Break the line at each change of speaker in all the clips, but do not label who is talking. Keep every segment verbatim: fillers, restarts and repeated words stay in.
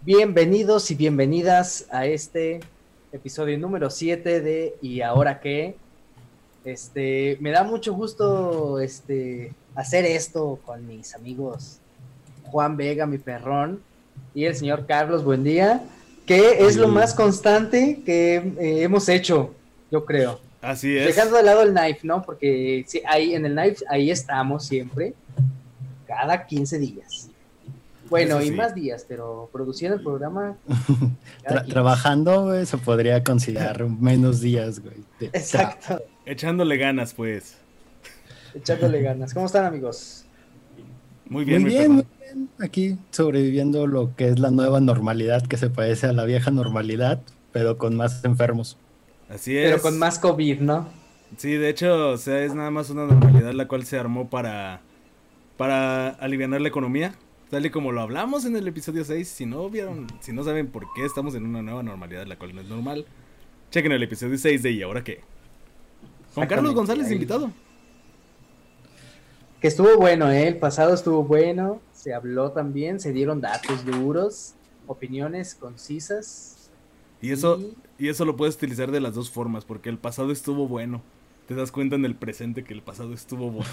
Bienvenidos y bienvenidas a este episodio número siete de ¿Y ahora qué? Este, me da mucho gusto este, hacer esto con mis amigos Juan Vega, mi perrón, y el señor Carlos, buen día, que es lo más constante que eh, hemos hecho, yo creo.
Así es.
Dejando de lado el knife, ¿no? Porque sí, ahí en el knife, ahí estamos siempre, cada quince días. Bueno, sí. Y más días, pero produciendo el programa...
Tra trabajando, güey, se podría considerar menos días, güey.
Exacto.
Echándole ganas, pues.
Echándole ganas. ¿Cómo están, amigos?
Muy bien,
muy bien, muy bien. Aquí sobreviviendo lo que es la nueva normalidad, que se parece a la vieja normalidad, pero con más enfermos.
Así es.
Pero con más COVID, ¿no?
Sí, de hecho, o sea, es nada más una normalidad la cual se armó para, para alivianar la economía. Tal y como lo hablamos en el episodio seis, si no vieron, si no saben por qué estamos en una nueva normalidad, la cual no es normal, chequen el episodio seis de ¿Y ahora qué? Con Carlos González ahí. Invitado.
Que estuvo bueno, ¿eh? El pasado estuvo bueno, se habló también, se dieron datos duros, opiniones concisas.
Y eso, y... y eso lo puedes utilizar de las dos formas, porque el pasado estuvo bueno. Te das cuenta en el presente que el pasado estuvo bueno.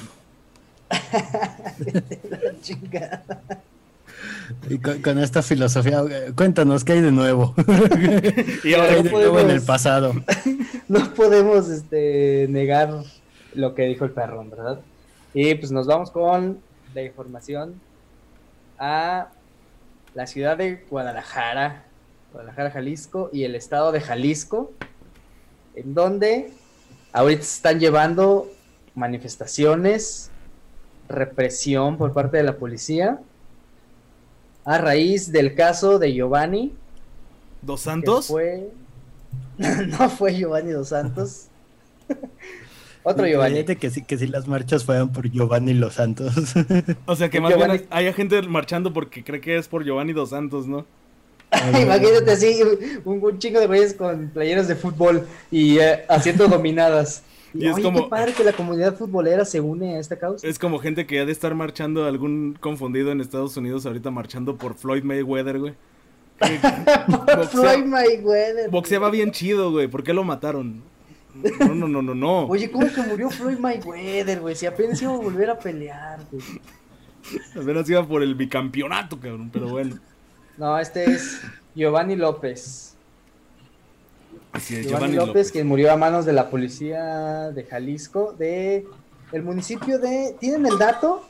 La chingada.
Y con, con esta filosofía, cuéntanos qué hay de nuevo.
Y ahora
¿Qué hay
no
de
podemos,
nuevo en el pasado?
No podemos este, negar lo que dijo el perrón, ¿verdad? Y pues nos vamos con la información a la ciudad de Guadalajara, Guadalajara, Jalisco, y el estado de Jalisco, en donde ahorita se están llevando manifestaciones, represión por parte de la policía a raíz del caso de Giovanni
Dos Santos.
Fue... no fue Giovanni Dos Santos. Otro Giovanni.
Fíjate que sí, que sí las marchas fueron por Giovanni Dos Santos.
O sea que más Giovanni... bien hay gente marchando porque cree que es por Giovanni Dos Santos, ¿no?
Imagínate así, un, un chingo de güeyes con playeras de fútbol y eh, haciendo dominadas. Y, y es oye, como... qué padre que la comunidad futbolera se une a esta causa.
Es como gente que ha de estar marchando, algún confundido en Estados Unidos ahorita marchando por Floyd Mayweather, güey.
Boxea... Floyd Mayweather.
Boxeaba bien chido, güey. ¿Por qué lo mataron? No, no, no, no, no.
Oye, ¿cómo que murió Floyd Mayweather, güey? Si apenas iba a volver a pelear, güey.
Apenas iba por el bicampeonato, cabrón, pero bueno.
No, este es Giovanni López.
Así es,
Giovanni, Giovanni López, López, quien murió a manos de la policía de Jalisco, de el municipio de... ¿Tienen el dato?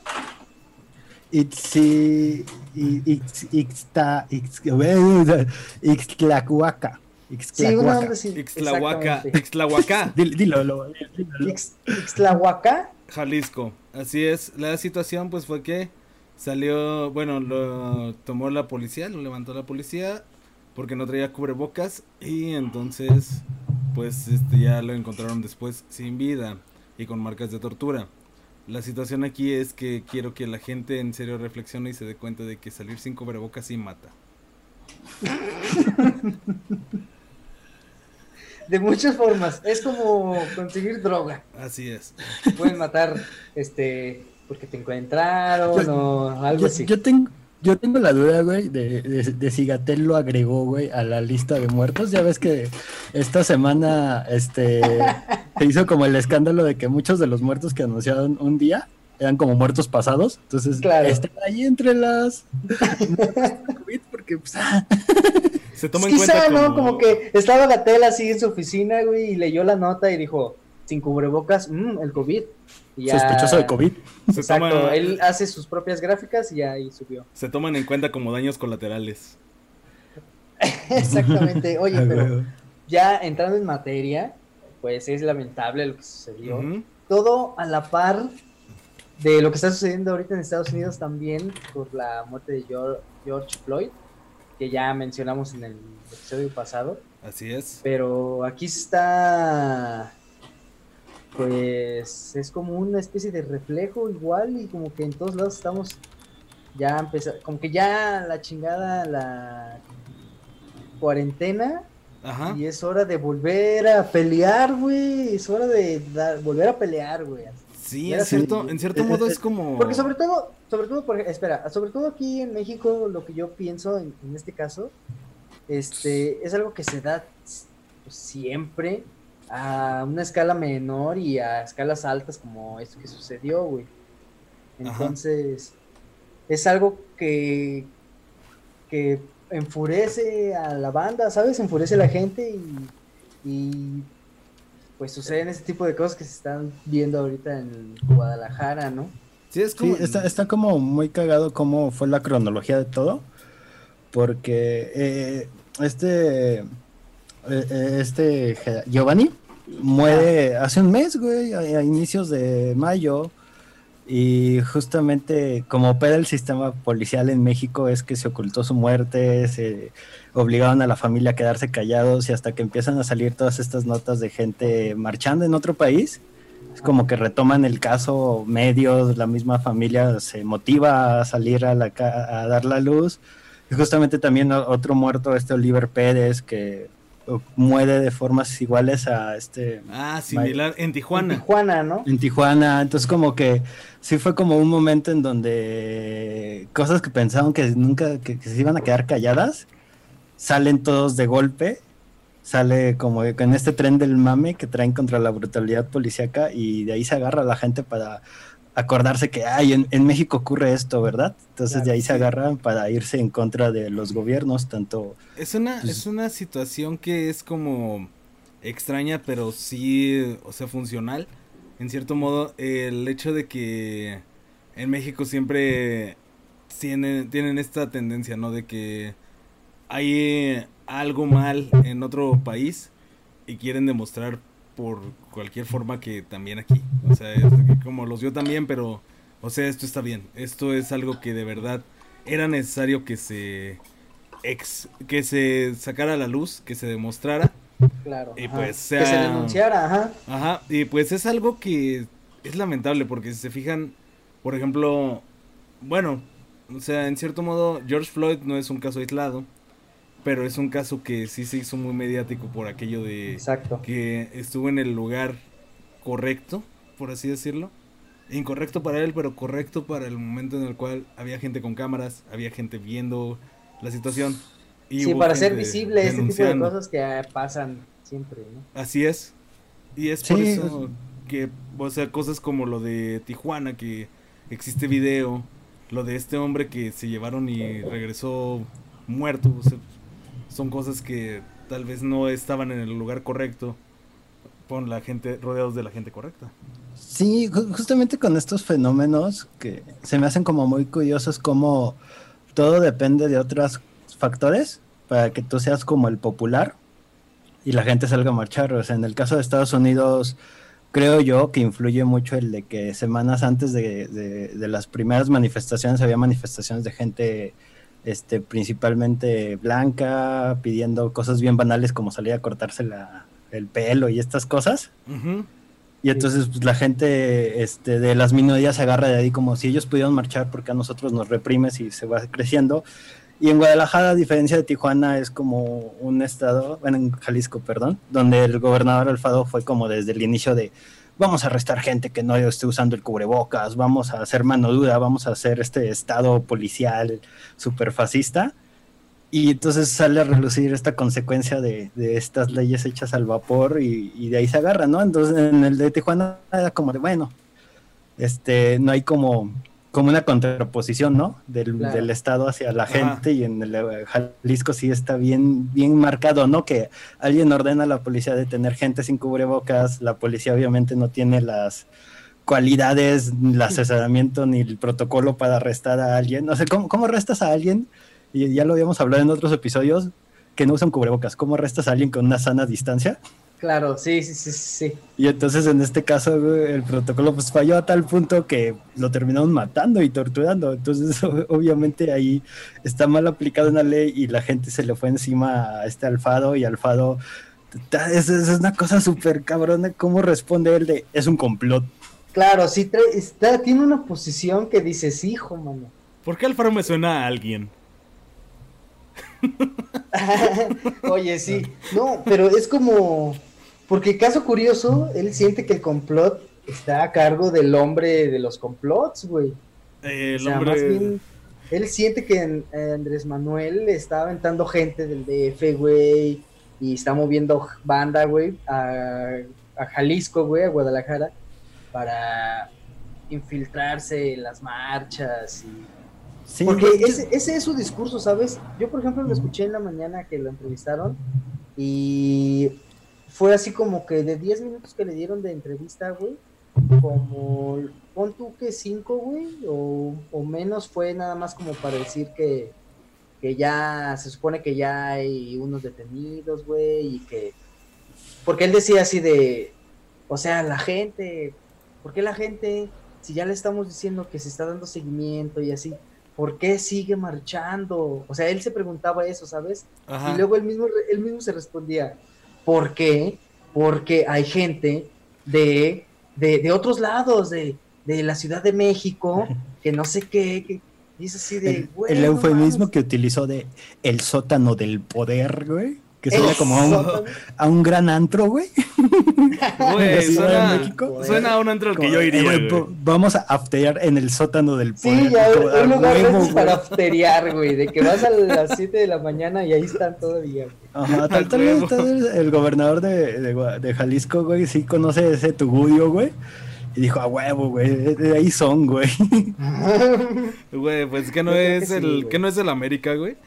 Itzi... Ixta... Ixtlahuaca.
Ixtlahuaca.
Sí, Ixtlahuaca. Ixtlahuaca.
Dilo, dilo, dilo.
Ixtlahuaca.
Jalisco. Así es. La situación pues fue que salió, bueno, lo tomó la policía, lo levantó la policía porque no traía cubrebocas y entonces pues este ya lo encontraron después sin vida y con marcas de tortura. La situación aquí es que quiero que la gente en serio reflexione y se dé cuenta de que salir sin cubrebocas sí mata.
De muchas formas, es como conseguir droga.
Así es.
Pueden matar, este, porque te encontraron yo, o algo
yo,
así.
Yo tengo, yo tengo la duda, güey, de, de, de si Gatell lo agregó, güey, a la lista de muertos. Ya ves que esta semana, este, se hizo como el escándalo de que muchos de los muertos que anunciaron un día eran como muertos pasados. Entonces,
claro.
Están ahí entre las COVID porque, pues,
se toma
pues
en
quizá,
cuenta
¿no? Como... como que estaba Gatell así en su oficina, güey, y leyó la nota y dijo, sin cubrebocas, mmm, el COVID. Y ya...
Sospechoso de COVID.
Se Exacto, toma... él hace sus propias gráficas y ahí subió.
Se toman en cuenta como daños colaterales.
Exactamente, oye, pero ya entrando en materia, pues es lamentable lo que sucedió. Uh-huh. Todo a la par de lo que está sucediendo ahorita en Estados Unidos también por la muerte de George, George Floyd, que ya mencionamos en el episodio pasado.
Así es.
Pero aquí está, pues, es como una especie de reflejo igual y como que en todos lados estamos ya empezando, como que ya la chingada, la cuarentena.
Ajá.
Y es hora de volver a pelear, güey. Es hora de dar, volver a pelear, güey.
Sí,
Era
en cierto,
así.
en cierto modo es como...
Porque sobre todo, sobre todo, por, espera, sobre todo aquí en México, lo que yo pienso en, en este caso, este, es algo que se da pues, siempre a una escala menor y a escalas altas como esto que sucedió, güey. Entonces, ajá, es algo que, que enfurece a la banda, ¿sabes? Enfurece a la gente y, y pues suceden ese tipo de cosas que se están viendo ahorita en Guadalajara, ¿no?
Sí, es como...
Sí, está, está como muy cagado cómo fue la cronología de todo, porque eh, este, eh, este Giovanni muere hace un mes, güey, a, a inicios de mayo, y justamente como opera el sistema policial en México es que se ocultó su muerte, se obligaron a la familia a quedarse callados y hasta que empiezan a salir todas estas notas de gente marchando en otro país, es como que retoman el caso, medios, la misma familia se motiva a salir a, la, a dar la luz. Y justamente también otro muerto, este Oliver Pérez, que muere de formas iguales a este...
Ah, similar, en Tijuana.
En Tijuana, ¿no?
En Tijuana, entonces como que sí fue como un momento en donde cosas que pensaban que nunca, que, que se iban a quedar calladas, salen todos de golpe, sale como en este tren del mame que traen contra la brutalidad policíaca y de ahí se agarra la gente para acordarse que ay, en, en México ocurre esto, ¿verdad? Entonces claro, de ahí sí. se agarran para irse en contra de los gobiernos, tanto...
Es una, pues, es una situación que es como extraña, pero sí, o sea, funcional. En cierto modo, el hecho de que en México siempre tienen, tienen esta tendencia, ¿no? De que hay algo mal en otro país y quieren demostrar por cualquier forma que también aquí, o sea, es como los yo también, pero, o sea, esto está bien, esto es algo que de verdad era necesario que se ex, que se sacara a la luz, que se demostrara,
claro,
y pues sea,
que se denunciara, ajá,
ajá, y pues es algo que es lamentable porque si se fijan, por ejemplo, bueno, o sea, en cierto modo George Floyd no es un caso aislado, pero es un caso que sí se hizo muy mediático por aquello de
exacto,
que estuvo en el lugar correcto, por así decirlo. Incorrecto para él, pero correcto para el momento en el cual había gente con cámaras, había gente viendo la situación. Y
sí, para hacer visible este tipo de cosas que pasan siempre, ¿no?
Así es. Y es sí. por eso que, o sea, cosas como lo de Tijuana, que existe video, lo de este hombre que se llevaron y regresó muerto, o sea, son cosas que tal vez no estaban en el lugar correcto con la gente, rodeados de la gente correcta.
Sí, justamente con estos fenómenos que se me hacen como muy curiosos, como todo depende de otros factores para que tú seas como el popular y la gente salga a marchar. O sea, en el caso de Estados Unidos, creo yo que influye mucho el de que semanas antes de, de, de las primeras manifestaciones había manifestaciones de gente... Este, principalmente blanca, pidiendo cosas bien banales como salir a cortarse la, el pelo y estas cosas. Uh-huh. Y entonces pues, la gente este, de las minorías se agarra de ahí como si ellos pudieron marchar porque a nosotros nos reprimes y se va creciendo. Y en Guadalajara, a diferencia de Tijuana, es como un estado, bueno, en Jalisco, perdón, donde el gobernador Alfaro fue como desde el inicio de vamos a arrestar gente que no esté usando el cubrebocas, vamos a hacer mano dura, vamos a hacer este estado policial súper fascista. Y entonces sale a relucir esta consecuencia de, de estas leyes hechas al vapor y, y de ahí se agarra, ¿no? Entonces en el de Tijuana era como de, bueno, este, no hay como, como una contraposición, ¿no? Del, claro. del Estado hacia la gente. Ajá. Y en el Jalisco sí está bien, bien marcado, ¿no? Que alguien ordena a la policía de tener gente sin cubrebocas, la policía obviamente no tiene las cualidades, el asesoramiento ni el protocolo para arrestar a alguien. O sea, ¿cómo, cómo arrestas a alguien? Y ya lo habíamos hablado en otros episodios, que no usan cubrebocas. ¿Cómo arrestas a alguien con una sana distancia?
Claro, sí, sí, sí, sí.
Y entonces en este caso el protocolo pues falló a tal punto que lo terminaron matando y torturando. Entonces obviamente ahí está mal aplicada una ley y la gente se le fue encima a este Alfaro y Alfaro es, es una cosa súper cabrona cómo responde él de es un complot.
Claro, sí, trae, está, tiene una posición que dices, hijo, mano.
¿Por qué Alfaro me suena a alguien?
Oye, sí, no, pero es como, porque caso curioso, él siente que el complot está a cargo del hombre de los complots, güey.
Eh, el
O sea,
hombre...
más bien, él siente que en- Andrés Manuel está aventando gente del D F, güey, y está moviendo banda, güey, a, a Jalisco, güey, a Guadalajara, para infiltrarse en las marchas. Y...
Sí,
Porque
güey, yo-
ese, ese es su discurso, ¿sabes? Yo, por ejemplo, lo
Ujú.
escuché en la mañana que lo entrevistaron y fue así como que de diez minutos que le dieron de entrevista, güey, como, pon tú que cinco, güey, o, o menos fue nada más como para decir que, que ya, se supone que ya hay unos detenidos, güey, y que, porque él decía así de, o sea, la gente, ¿por qué la gente, si ya le estamos diciendo que se está dando seguimiento y así, ¿por qué sigue marchando? O sea, él se preguntaba eso, ¿sabes?
Ajá.
Y luego él mismo, él mismo se respondía, ¿por qué? Porque hay gente de, de, de otros lados, de, de la Ciudad de México, que no sé qué, que y es así de,
el,
güey,
el
no
eufemismo
mames.
que utilizó de el sótano del poder, güey. Que
El
suena como a un,
sótano.
a un gran antro, güey. En la
Güey,
Ciudad de
suena,
México.
suena a un antro al que
Como,
yo
eh,
iría,
güey,
güey.
po- vamos a aftear en el sótano del poder.
Sí, ya,
Como, a
un lugar de
huevo,
esos
güey.
para afterear, güey, de que vas a las siete de la mañana y ahí están todavía, güey.
Ajá, tal,
A
tal vez
huevo.
tal vez el gobernador de, de, Gua- de Jalisco, güey, sí conoce ese Tugurio, güey. Y dijo, a huevo, güey, de ahí son, güey.
Güey, pues que no
Yo creo
es
que sí,
el...
güey.
que no es el América, güey.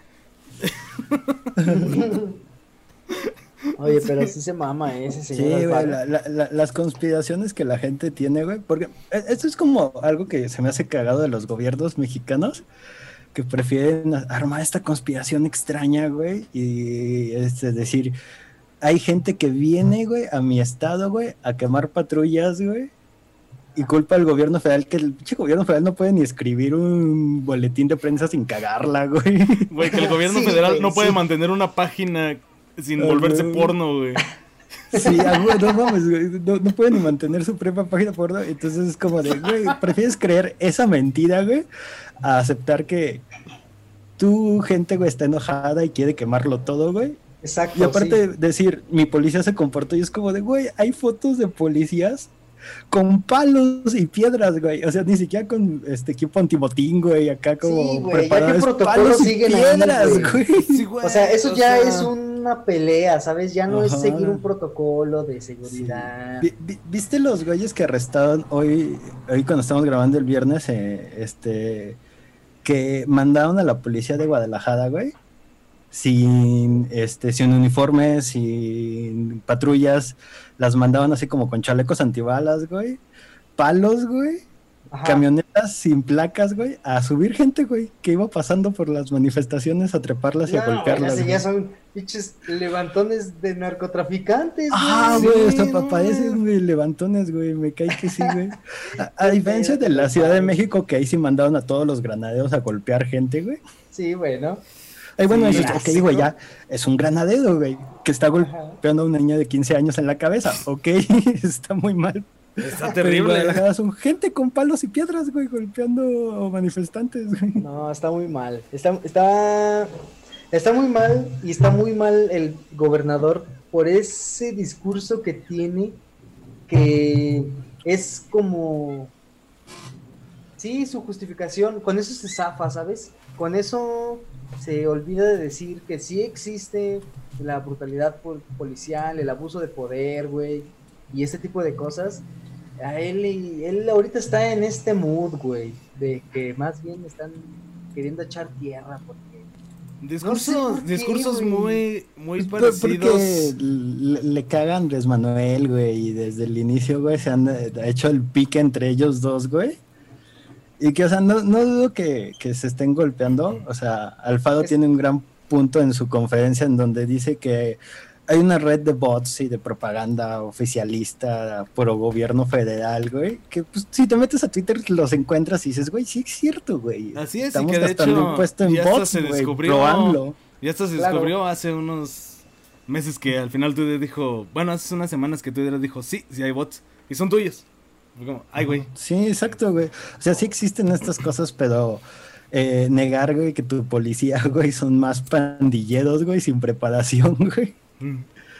Oye, pero sí se mama ese
Sí,
señor
güey,
Alfaro.
la- la- la- las conspiraciones que la gente tiene, güey, porque e- esto es como algo que se me hace cagado de los gobiernos mexicanos, que prefieren a- armar esta conspiración extraña, güey, y es decir, hay gente que viene, güey, a mi estado, güey, a quemar patrullas, güey, y culpa al gobierno federal, que el pinche gobierno federal no puede ni escribir un boletín de prensa sin cagarla, güey.
Güey, que el gobierno
Sí,
federal
güey,
no puede
sí.
mantener una página sin
Ah,
volverse
güey.
porno, güey.
Sí, ah, güey, no mames, güey, no, no puede ni mantener su propia página porno, entonces es como de, güey, prefieres creer esa mentira, güey, a aceptar que tu gente, güey, está enojada y quiere quemarlo todo, güey.
Exacto,
Y aparte
sí.
decir, mi policía se comportó y es como de, güey, hay fotos de policías con palos y piedras, güey. O sea, ni siquiera con este equipo antimotín, güey, acá como
Sí, güey, ya
preparados,
qué protocolo
palos y
siguen ahí,
piedras,
güey.
güey.
Sí, güey.
O sea, eso
o
ya
sea,
es una pelea, ¿sabes? Ya no es
Ajá.
seguir un protocolo de seguridad.
Vi- vi- ¿Viste los güeyes que arrestaron hoy, hoy cuando estamos grabando el viernes, eh, este, que mandaron a la policía de Guadalajara, güey? Sin, este, sin uniformes, sin patrullas, las mandaban así como con chalecos antibalas, güey, palos, güey,
Ajá.
camionetas sin placas, güey, a subir gente, güey, que iba pasando por las manifestaciones a treparlas y a
No, güey,
golpearlas.
ese
güey.
ya son pinches levantones de narcotraficantes,
Ah,
güey.
güey,
Sí,
hasta
no,
parecen,
güey.
güey, levantones, güey, me cae que sí, güey. A, a
Qué
diferencia
pedo,
de la Ciudad de
compadre.
México, que ahí sí mandaron a todos los granaderos a golpear gente, güey.
Sí, bueno.
Ahí, bueno,
Sí,
dices, ok,
clásico.
güey, ya es un granadero, güey, que está golpeando a una niña de quince años en la cabeza. Ok, está muy mal.
Está
Pero en
terrible.
Guadalajara son gente con palos y piedras, güey, golpeando manifestantes, güey.
No, está muy mal. Está, está, está muy mal y está muy mal el gobernador por ese discurso que tiene que es como... Sí, su justificación, con eso se zafa, ¿sabes? Con eso se olvida de decir que sí existe la brutalidad pol- policial, el abuso de poder, güey, y este tipo de cosas. A él, y- él ahorita está en este mood, güey, de que más bien están queriendo echar tierra porque...
Discursos,
No sé por qué,
discursos
güey.
muy, muy
Por-
parecidos.
Porque le, le cagan a Andrés Manuel, güey, y desde el inicio, güey, se han eh, hecho el pique entre ellos dos, güey. Y que, o sea, no, no dudo que, que se estén golpeando. O sea, Alfaro
Es-
tiene un gran punto en su conferencia en donde dice que hay una red de bots y de propaganda oficialista pro gobierno federal, güey, que pues si te metes a Twitter los encuentras y dices, güey, sí es cierto, güey.
Así es, y
Estamos
que de
gastando
hecho
impuesto en
ya hasta
bots,
se
güey,
descubrió.
probando.
Y esto se
Claro.
descubrió hace unos meses que al final Twitter dijo, bueno, hace unas semanas que Twitter dijo, sí, sí hay bots, y son tuyos. Fue como, ay, güey.
Sí, exacto, güey. O sea, sí existen estas cosas, pero eh, negar, güey, que tu policía, güey, son más pandilleros, güey, sin preparación, güey.
Mm.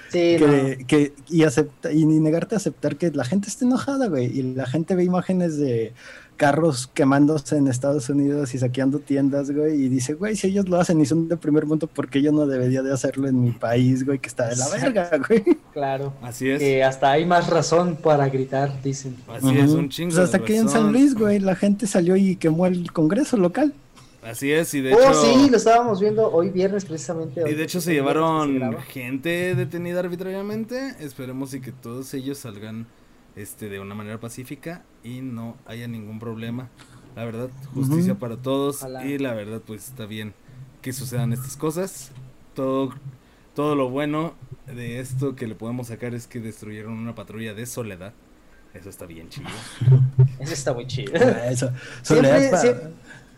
Sí,
que,
no.
que, y, acepta, y ni negarte a aceptar que la gente esté enojada, güey. Y la gente ve imágenes de carros quemándose en Estados Unidos y saqueando tiendas, güey. Y dice, güey, si ellos lo hacen y son de primer mundo, ¿por qué yo no debería de hacerlo en mi país, güey? Que está de la
Exacto.
verga, güey.
Claro.
Así es.
Que hasta hay más razón para gritar, dicen.
Así es,
Ujú.
un chingo
Pues hasta
de
aquí en San
razón.
Luis, güey, la gente salió y quemó el Congreso local.
Así es, y de
Oh,
hecho...
sí, lo estábamos viendo hoy viernes precisamente.
Y
hoy-
de hecho se
hoy viernes que se
llevaron
graba.
gente detenida arbitrariamente. Esperemos y que todos ellos salgan este de una manera pacífica y no haya ningún problema. La verdad, justicia
Ujú.
para todos.
Ojalá.
Y la verdad, pues está bien que sucedan estas cosas. Todo, todo lo bueno de esto que le podemos sacar es que destruyeron una patrulla de Soledad. Eso está bien chido.
Eso está muy chido.
Eso. Soledad,
Siempre-
pa-
siempre-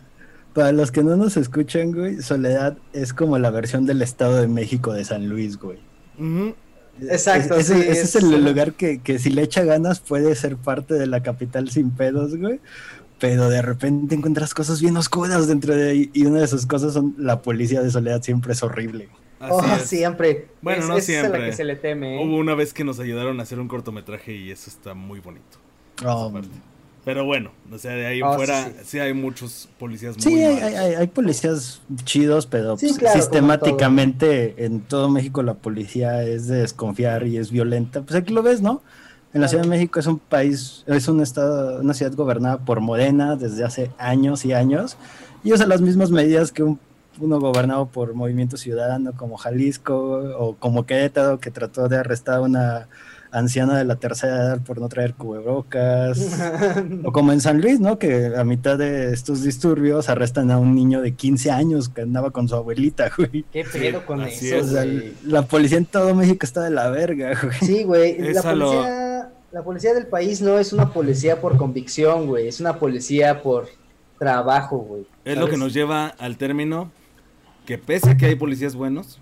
para los que no nos escuchan, güey, Soledad es como la versión del Estado de México de San Luis, güey.
Ujú.
Exacto,
Es- ese,
sí,
ese
es-
es el lugar que, que si le echa ganas puede ser parte de la capital sin pedos, güey. Pero de repente encuentras cosas bien oscuras dentro de ahí. Y una de esas cosas son la policía de Soledad siempre es horrible.
Así
Oh,
es.
siempre.
Bueno,
es,
no
esa es a
siempre.
la que se le teme, ¿eh?
Hubo una vez que nos ayudaron a hacer un cortometraje y eso está muy bonito.
Um,
Esa parte. Pero bueno, o sea, de ahí en
Oh,
fuera
sí,
sí,
sí.
hay muchos policías muy
sí, hay,
malos.
hay- hay- hay policías chidos, pero
Sí,
pues,
claro, como
sistemáticamente en todo México la policía es de desconfiar y es violenta. Pues aquí lo ves, ¿no? En la Ciudad de México es un país, es un estado, una ciudad gobernada por Morena desde hace años y años, y usa las mismas medidas que un, uno gobernado por Movimiento Ciudadano como Jalisco o como Querétaro, que trató de arrestar a una anciana de la tercera edad por no traer cubrebocas. O como en San Luis, ¿no? Que a mitad de estos disturbios arrestan a un niño de quince años que andaba con su abuelita, güey.
¿Qué pedo con
así
eso,
es.
O sea,
güey?
la policía en todo México está de la verga, güey.
Sí, güey. La
Esa lo-
policía, la policía del país no es una policía por convicción, güey. Es una policía por trabajo, güey.
Es lo que
¿sabes?
nos lleva al término que pese a que hay policías buenos,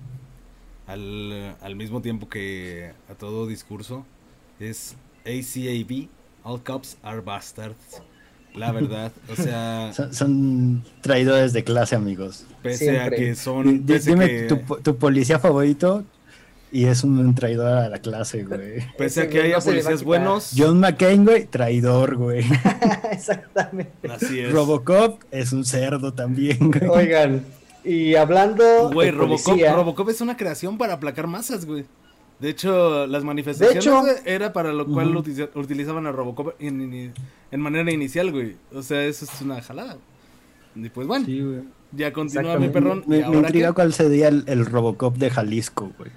al, al mismo tiempo que a todo discurso, es A C A B, all cops are bastards. La verdad, o sea,
Son, son traidores de clase, amigos.
pese a
Siempre.
que
Di-
son...
di-
Pese,
Dime
que,
tu, po- tu policía favorito y es un traidor a la clase, güey.
pese a
Ese
que
güey
haya
no se le va a
policías
quitar.
buenos,
John McCain, güey, traidor, güey.
Exactamente.
así es.
Robocop es un cerdo también, güey.
Oigan, y hablando
Güey,
de
Robocop,
policía,
Robocop es una creación para aplacar masas, güey. De hecho, las manifestaciones
De hecho-
güey, era para lo cual
Ujú.
utiliza- utilizaban a Robocop en, en- en manera inicial, güey. O sea, eso es una jalada. Y pues bueno,
Sí, güey.
ya continúa mi
Exactamente.
perrón.
Me,
¿Y
me
ahora
intriga
qué?
cuál sería el, el Robocop de Jalisco, güey.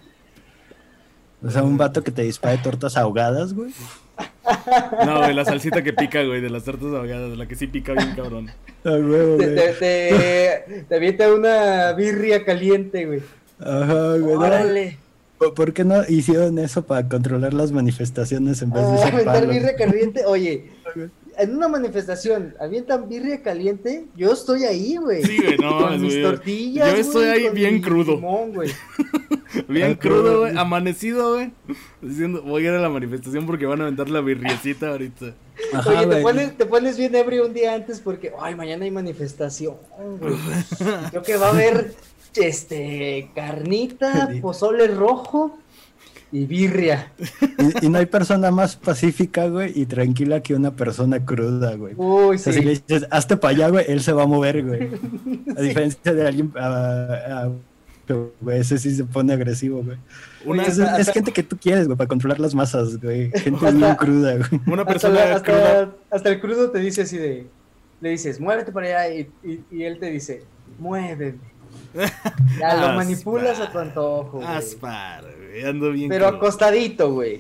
O sea, un vato que te dispare tortas ahogadas, güey.
No, güey, la salsita que pica, güey, de las tortas ahogadas, la que sí pica bien cabrón.
A huevo,
te,
güey.
te, te, te avienta una birria caliente, güey.
Ajá, güey. ¿no?
Órale.
¿Por- ¿Por qué no hicieron eso para controlar las manifestaciones en vez de
Ah,
ser
aventar
palos?
birria caliente. Oye, en una manifestación, avientan birria caliente, yo estoy ahí, güey.
Sí, güey, no,
Con mis
güey.
tortillas,
Yo estoy
güey,
ahí
con
bien
mi
crudo.
limón, güey.
Bien
Ah,
crudo, güey,
güey.
amanecido, güey. Diciendo, voy a ir a la manifestación porque van a aventar la birriecita ahorita.
Ajá,
Oye, te
güey.
pones, te pones bien ebrio un día antes porque, ay, mañana hay manifestación, güey. Creo que va a haber, este, carnita, pozole rojo y birria.
Y, y no hay persona más pacífica, güey, y tranquila que una persona cruda, güey.
Uy,
O sea, si le
sí.
dices, hazte para allá, güey, él se va a mover, güey. A diferencia de alguien, a- a- güey, ese sí se pone agresivo, güey.
Una,
Es, es gente que tú quieres, güey, para controlar las masas, güey. Gente
Hasta-
bien cruda, güey.
una
Hasta,
persona
la- hasta-
cruda.
hasta el crudo te dice así de, le dices, muévete para allá y, y, y él te dice, muéveme. Ya lo
Aspar.
manipulas a tu antojo, güey.
Aspar, güey, ando bien
Pero
crudo.
acostadito, güey.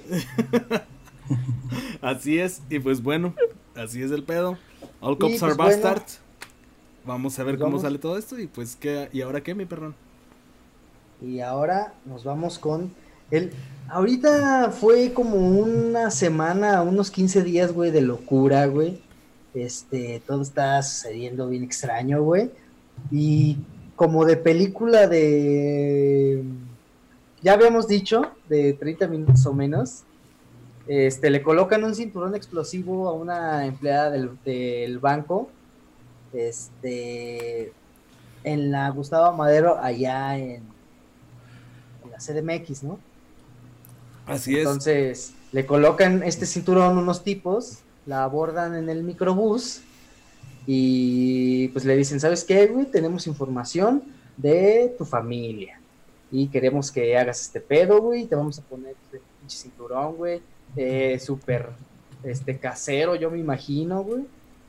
Así es, y pues bueno, así es el pedo. All
Y,
cops
pues,
are
bueno.
bastards. Vamos a ver
Pues
cómo
vamos.
sale todo esto y pues qué, ¿y ahora qué, mi perrón?
Y ahora nos vamos con el... Ahorita fue como una semana, unos quince días, güey, de locura, güey. Este, todo está sucediendo bien extraño, güey. Y como de película de... Ya habíamos dicho, de treinta minutos o menos. Este, le colocan un cinturón explosivo a una empleada del, del banco. Este... En la Gustavo Madero, allá en... en la C D M X, ¿no?
Así es.
Entonces, le colocan este cinturón unos tipos, la abordan en el microbús y pues le dicen, ¿sabes qué, güey? Tenemos información de tu familia y queremos que hagas este pedo, güey, te vamos a poner este pinche cinturón, güey, eh, súper este, casero, yo me imagino, güey.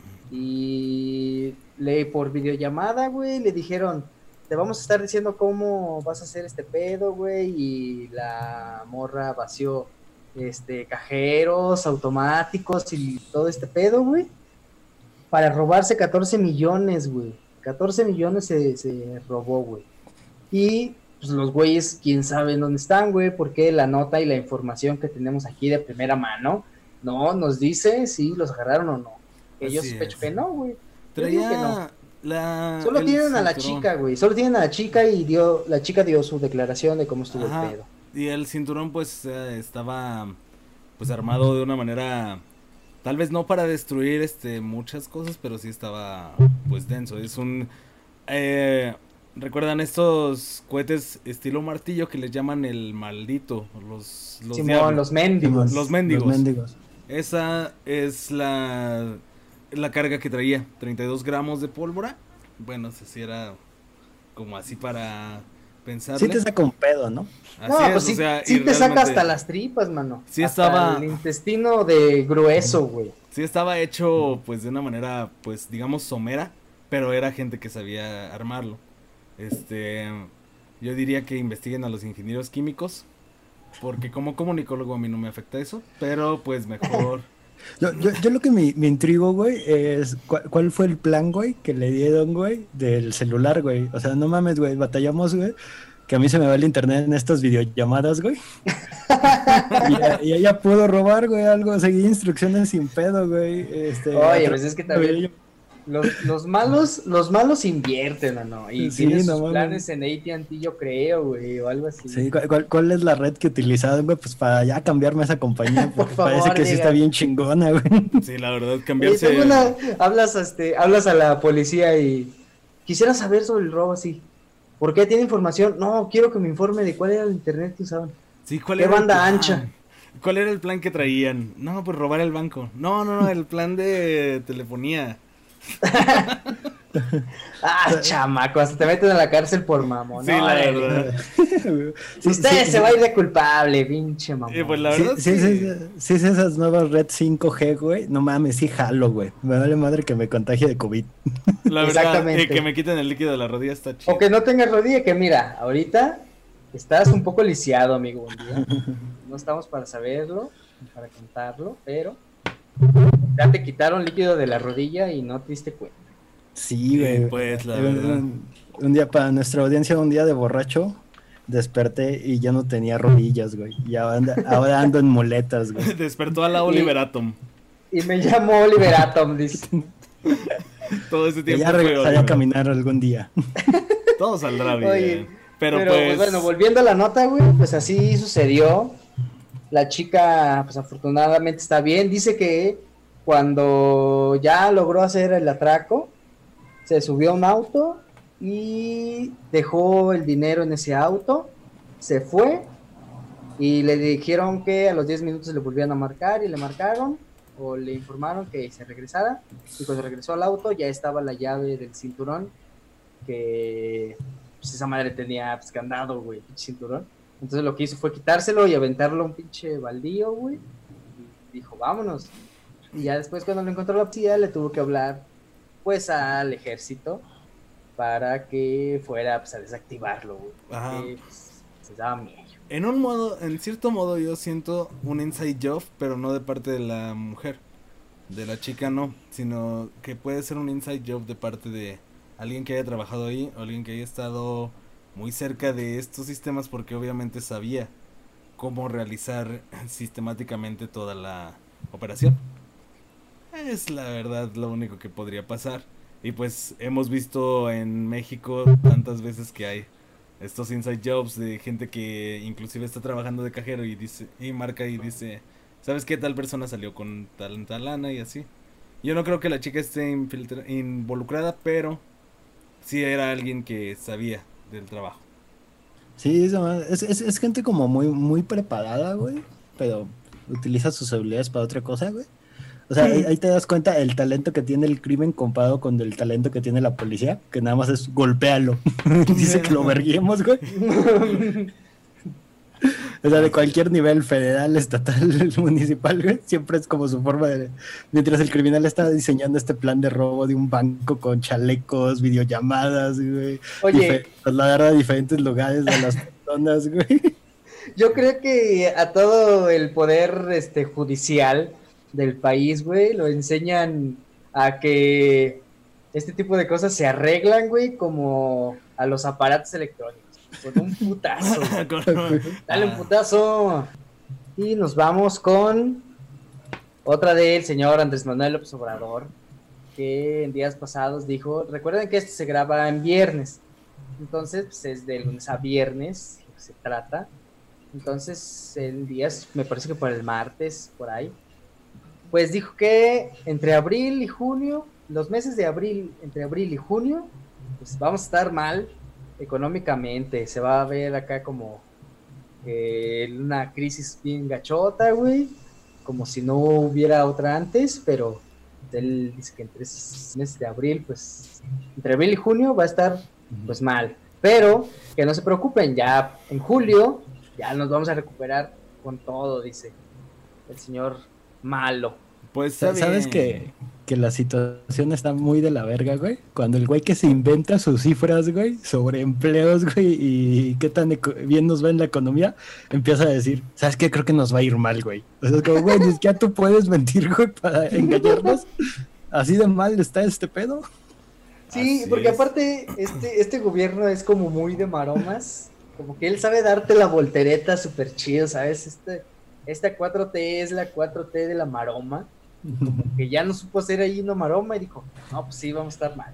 Y le por videollamada, güey, le dijeron, te vamos a estar diciendo cómo vas a hacer este pedo, güey, y la morra vació este cajeros automáticos y todo este pedo, güey, para robarse catorce millones, güey. catorce millones se, se robó, güey. Y pues los güeyes, quién sabe dónde están, güey, porque la nota y la información que tenemos aquí de primera mano no nos dice si los agarraron o no. Que yo
Así
sospecho
es.
que no, güey. Yo
Traía
digo que no.
la...
Solo
el
tienen a la
cinturón.
chica, güey. Solo tienen a la chica y dio la chica dio su declaración de cómo estuvo
Ajá,
el pedo.
y el cinturón pues eh, estaba pues armado de una manera, tal vez no para destruir este muchas cosas, pero sí estaba pues denso. Es un eh, ¿recuerdan estos cohetes estilo martillo que les llaman el maldito? Los los
Simón,
diablos.
los mendigos.
Los mendigos.
Los mendigos.
Esa es la la carga que traía, treinta y dos gramos de pólvora. Bueno, no sé si era como así para pensarle.
Sí te saca un pedo, ¿no?
Así
No,
es,
pues
o
sí,
sea,
sí
y
te saca
realmente
hasta las tripas, mano.
Sí
Hasta
estaba-
el intestino de grueso, güey.
sí estaba hecho pues de una manera pues digamos somera, pero era gente que sabía armarlo. Este, yo diría que investiguen a los ingenieros químicos, porque como comunicólogo a mí no me afecta eso, pero pues mejor.
Yo, yo, yo lo que me, me intrigo, güey, es cuál, cuál fue el plan, güey, que le dieron, güey, del celular, güey. O sea, no mames, güey, batallamos, güey, que a mí se me va el internet en estas videollamadas, güey. Y, ella- y ella pudo robar, güey, algo, seguir instrucciones sin pedo, güey. Este,
Oye,
a
pues es que
tra-
también los, los malos, los malos invierten, mano. Y
Sí,
tienen
no
sus
mames.
planes en A T and T, yo creo, güey, o algo así.
Sí, ¿cuál, cuál, cuál es la red que utilizaron, güey? Pues para ya cambiarme a esa compañía,
Por
porque
favor,
parece que sí
diga.
está bien chingona, güey.
Sí, la verdad
Oye,
cambiarse.
tengo una- hablas, este, hablas a la policía y quisiera saber sobre el robo, así. ¿Por qué tiene información? No, quiero que me informe de cuál era el internet que usaban.
Sí, ¿cuál
¿Qué
era el
banda
plan?
ancha?
¿Cuál era el plan que traían? No, pues robar el banco. No, no, no, el plan de telefonía.
Ah, chamaco, hasta te meten a la cárcel por mamón.
Sí,
¿no?
la
Órale.
verdad.
Sí,
Usted
sí,
se va a ir de culpable, pinche mamón.
Y pues la
Sí,
verdad
sí,
sí.
sí, sí, sí, sí, esas nuevas red cinco G, güey. No mames, sí jalo, güey. Me vale madre que me contagie de COVID.
La verdad,
Exactamente.
eh, que me quiten el líquido de la rodilla está chido.
O que no tengas rodilla, que mira, ahorita estás un poco lisiado, amigo. Un día. No estamos para saberlo, ni para contarlo, pero ya te quitaron líquido de la rodilla y no te diste cuenta.
Sí, güey.
Sí, pues, la
Un-
verdad.
Un, un día para nuestra audiencia, un día de borracho, desperté y ya no tenía rodillas, güey. Y ahora, anda- ahora ando en muletas, güey.
Despertó a la Oliver Atom.
Y me llamo Oliver Atom, dice.
Todo ese
Y
tiempo
ya
fue
regresaré a
Oliver.
caminar algún día.
Todo saldrá bien.
Oye,
pero,
Pero,
pues,
pues, bueno, volviendo a la nota, güey, pues así sucedió. La chica, pues afortunadamente está bien. Dice que cuando ya logró hacer el atraco, se subió a un auto y dejó el dinero en ese auto, se fue y le dijeron que a los diez minutos le volvían a marcar y le marcaron o le informaron que se regresara y cuando regresó al auto ya estaba la llave del cinturón que pues esa madre tenía pues, candado, güey, pinche cinturón. Entonces lo que hizo fue quitárselo y aventarlo a un pinche baldío, güey. Y dijo, vámonos. Y ya después cuando lo encontró la policía le tuvo que hablar pues al ejército para que fuera pues, a desactivarlo, güey.
Ajá.
Porque pues, se daba miedo.
en un modo, en cierto modo yo siento un inside job, pero no de parte de la mujer. De la chica no, sino que puede ser un inside job de parte de alguien que haya trabajado ahí, o alguien que haya estado muy cerca de estos sistemas porque obviamente sabía cómo realizar sistemáticamente toda la operación. Es la verdad lo único que podría pasar. Y pues hemos visto en México tantas veces que hay estos inside jobs de gente que inclusive está trabajando de cajero y dice y marca y dice, ¿sabes qué? Tal persona salió con tal, tal lana y así. Yo no creo que la chica esté infiltra- involucrada, pero sí era alguien que sabía del trabajo.
Sí, es, es, es, es gente como muy, muy preparada, güey, pero utiliza sus habilidades para otra cosa, güey. O sea, ahí, ahí te das cuenta el talento que tiene el crimen comparado con el talento que tiene la policía, que nada más es golpéalo. Dice que lo verguemos, güey. O sea, de cualquier nivel, federal, estatal, municipal, güey, siempre es como su forma de... Mientras el criminal está diseñando este plan de robo de un banco con chalecos, videollamadas, güey.
Oye,
Trasladar a diferentes lugares a las personas, güey.
yo creo que a todo el poder este judicial del país, güey, lo enseñan a que este tipo de cosas se arreglan, güey, como a los aparatos electrónicos. Con un putazo. Dale un putazo. Y nos vamos con otra del señor Andrés Manuel López Obrador, que en días pasados dijo, recuerden que esto se graba en viernes, entonces pues, es de lunes a viernes lo que se trata. Entonces el día, me parece que por el martes, por ahí, pues dijo que entre abril y junio, los meses de abril, entre abril y junio, pues vamos a estar mal económicamente, se va a ver acá como eh, una crisis bien gachota, güey, como si no hubiera otra antes, pero él dice que entre esos meses de abril, pues entre abril y junio va a estar pues mal, pero que no se preocupen, ya en julio ya nos vamos a recuperar con todo, dice el señor Malo.
Pues
¿sabes que, que la situación está muy de la verga, güey? Cuando el güey que se inventa sus cifras, güey, sobre empleos, güey, y qué tan bien nos va en la economía, empieza a decir, ¿sabes qué? Creo que nos va a ir mal, güey. O sea, es como, güey, ni siquiera tú puedes mentir, güey, para engañarnos. ¿Así de mal está este pedo?
Sí,
Así
porque
es.
aparte este, este gobierno es como muy de maromas, como que él sabe darte la voltereta súper chido, ¿sabes? Este, esta cuatro T es la cuatro T de la maroma. Como que ya no supo hacer ahí una maroma y dijo, no, pues sí, vamos a estar mal.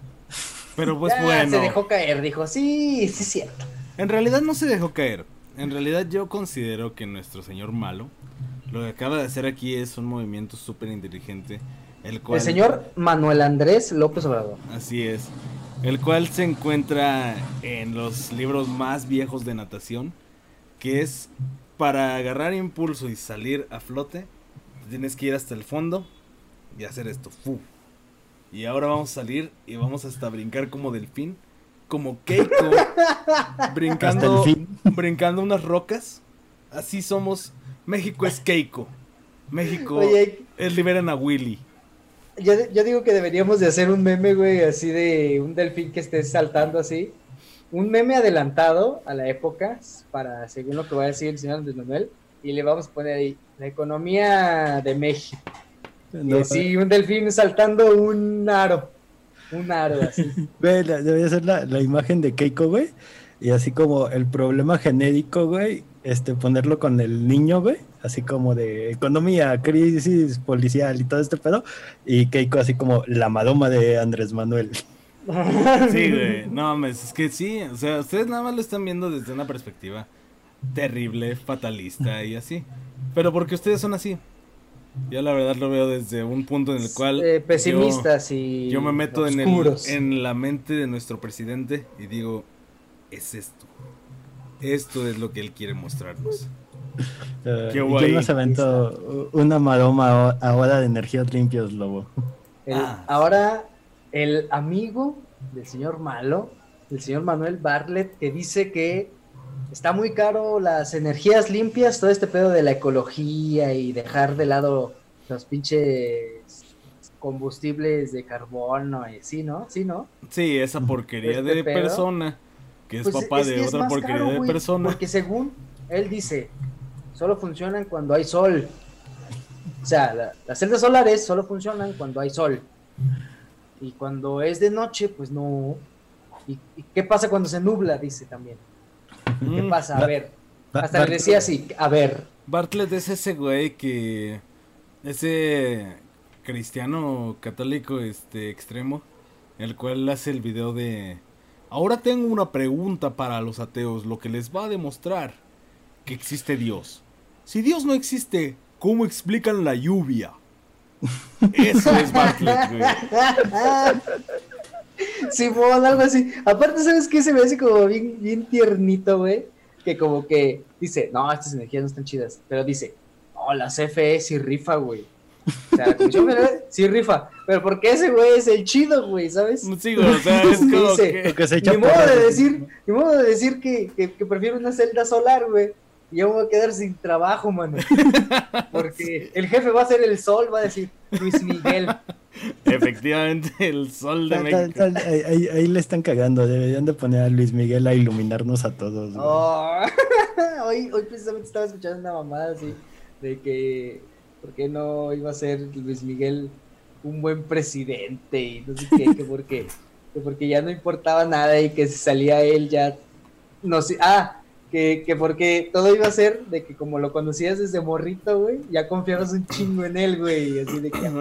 Pero pues
ya,
bueno.
se dejó caer, dijo, sí, sí es cierto.
En realidad no se dejó caer. En realidad yo considero que nuestro señor Malo lo que acaba de hacer aquí es un movimiento súper inteligente. El cual...
El señor Manuel Andrés López Obrador.
Así es. El cual se encuentra en los libros más viejos de natación. Que es para agarrar impulso y salir a flote. Tienes que ir hasta el fondo y hacer esto. ¡Fu! Y ahora vamos a salir y vamos hasta brincar como delfín. Como Keiko. brincando, brincando unas rocas. Así somos. México es Keiko. México
Oye,
es Liberen a Willy.
Yo, yo digo que deberíamos de hacer un meme, güey, así de un delfín que esté saltando así. Un meme adelantado a la época, para según lo que va a decir el señor Andrés Manuel. Y le vamos a poner ahí, la economía de México. No. Y así, un delfín saltando un aro. Un aro, así.
Güey, debería ser la, la imagen de Keiko, güey. Y así como el problema genérico, güey, este, ponerlo con el niño, güey. Así como de economía, crisis policial y todo este pedo. Y Keiko así como la maroma de Andrés Manuel.
Sí, güey, no mames, es que sí, o sea, ustedes nada más lo están viendo desde una perspectiva terrible, fatalista y así. Pero porque ustedes son así. Yo la verdad lo veo desde un punto en el cual
eh, pesimistas
yo,
y
yo me meto en, el, en la mente de nuestro presidente y digo, es esto. Esto es lo que él quiere mostrarnos.
Uh, ¿Quién nos aventó una maroma ahora de energías limpias, Lobo?
El, ah, ahora el amigo del señor Malo, el señor Manuel Bartlett, que dice que está muy caro las energías limpias, todo este pedo de la ecología y dejar de lado los pinches combustibles de carbono y así, ¿no? Sí, ¿no?
Sí, esa porquería este de pedo, persona, que es pues papá es de que otra porquería caro, de wey, persona.
Porque según él dice, solo funcionan cuando hay sol. O sea, la, las celdas solares solo funcionan cuando hay sol. Y cuando es de noche, pues no. ¿Y, y qué pasa cuando se nubla? Dice también. ¿Qué pasa? A ver. Hasta le decía así, a ver.
Bartlett es ese güey que... Ese cristiano católico este extremo, el cual hace el video de... Ahora tengo una pregunta para los ateos, lo que les va a demostrar que existe Dios. Si Dios no existe, ¿cómo explican la lluvia? Eso es Bartlett, güey.
Simón, algo así. Aparte, ¿sabes qué? Se me hace como bien, bien tiernito, güey. Que como que dice, no, estas energías no están chidas. Pero dice, no, la C F E sí rifa, güey. O sea, la Comisión Federal sí rifa. Pero porque ese güey es el chido, güey, ¿sabes?
Sí, güey, o sea, es como
Dice,
que...
Que se echa
Ni modo
porras
de
así.
decir, ni modo de decir que, que, que prefiero una celda solar, güey. Y yo me voy a quedar sin trabajo, mano. Porque el jefe va a ser el sol, va a decir Luis Miguel.
Efectivamente, el sol de
Tal-
México.
tal- tal, ahí, ahí- ahí le están cagando. Deberían de poner a Luis Miguel a iluminarnos a todos, güey.
Oh. hoy, hoy precisamente estaba escuchando una mamada así de que por qué no iba a ser Luis Miguel un buen presidente y no sé qué, que porque, que porque ya no importaba nada y que si salía él ya no sé, ah, que, que porque todo iba a ser de que como lo conocías desde morrito, güey, ya confiabas un chingo en él, güey, y así de que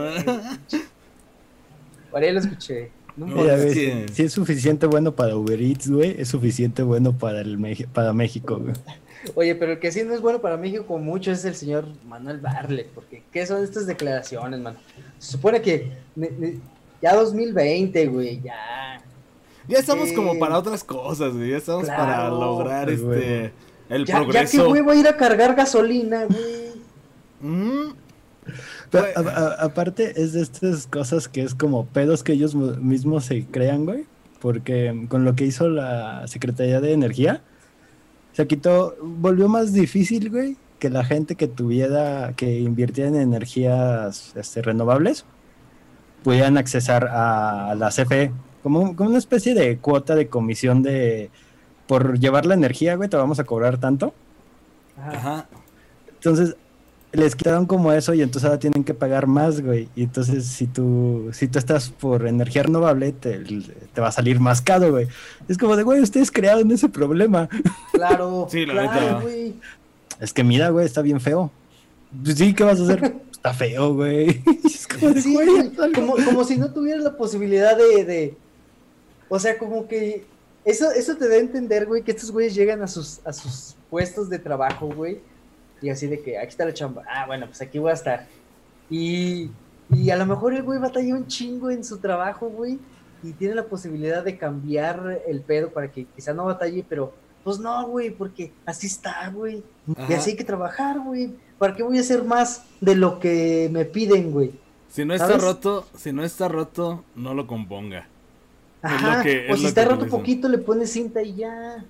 por ahí lo escuché. No me
Mira,
es
güey,
que-
si, si es suficiente bueno para Uber Eats, güey, es suficiente bueno para el Meji- para México, güey.
Oye, pero el que sí no es bueno para México como mucho es el señor Manuel Barlet, porque ¿qué son estas declaraciones, mano? Se supone que ne- ne- ya dos mil veinte, güey, ya.
Ya estamos
Eh,
como para otras cosas, güey. Ya estamos
claro,
para lograr
pues,
este
güey.
el
Ya, ya que
progreso.
güey va a ir a cargar gasolina, güey.
Mm,
Pero,
Güey.
a- a- aparte, es de estas cosas que es como pedos que ellos mu- mismos se crean, güey. Porque con lo que hizo la Secretaría de Energía, se quitó, volvió más difícil, güey, que la gente que tuviera, que invirtiera en energías este, renovables, pudieran accesar a la C F E. Como, como una especie de cuota de comisión de, por llevar la energía, güey, te vamos a cobrar tanto.
Ajá.
Ajá.
Entonces, les quitaron como eso y entonces ahora tienen que pagar más, güey. Y entonces, si tú, si tú estás por energía renovable, te, te va a salir más caro, güey. Es como de, güey, ustedes crearon ese problema.
Claro,
Sí, la
claro,
neta.
güey.
Es que mira, güey, está bien feo. Pues sí, ¿qué vas a hacer? Está feo, güey. Es como de,
Sí,
güey,
güey,
haz algo.
como, como si no tuvieras la posibilidad de, de... O sea, como que... Eso, eso te da a entender, güey, que estos güeyes llegan a sus, a sus puestos de trabajo, güey. Y así de que, aquí está la chamba. Ah, bueno, pues aquí voy a estar. Y, y a lo mejor el güey batalla un chingo en su trabajo, güey. Y tiene la posibilidad de cambiar el pedo para que quizá no batalle, pero... Pues no, güey, porque así está, güey. Y
Ajá.
así hay que trabajar, güey. ¿Para qué voy a hacer más de lo que me piden, güey?
Si no está
¿Sabes?
roto, si no está roto, no lo componga. Es
Ajá,
lo que-
o
es
si
lo
está
que
roto
dicen.
poquito, le pones cinta y ya.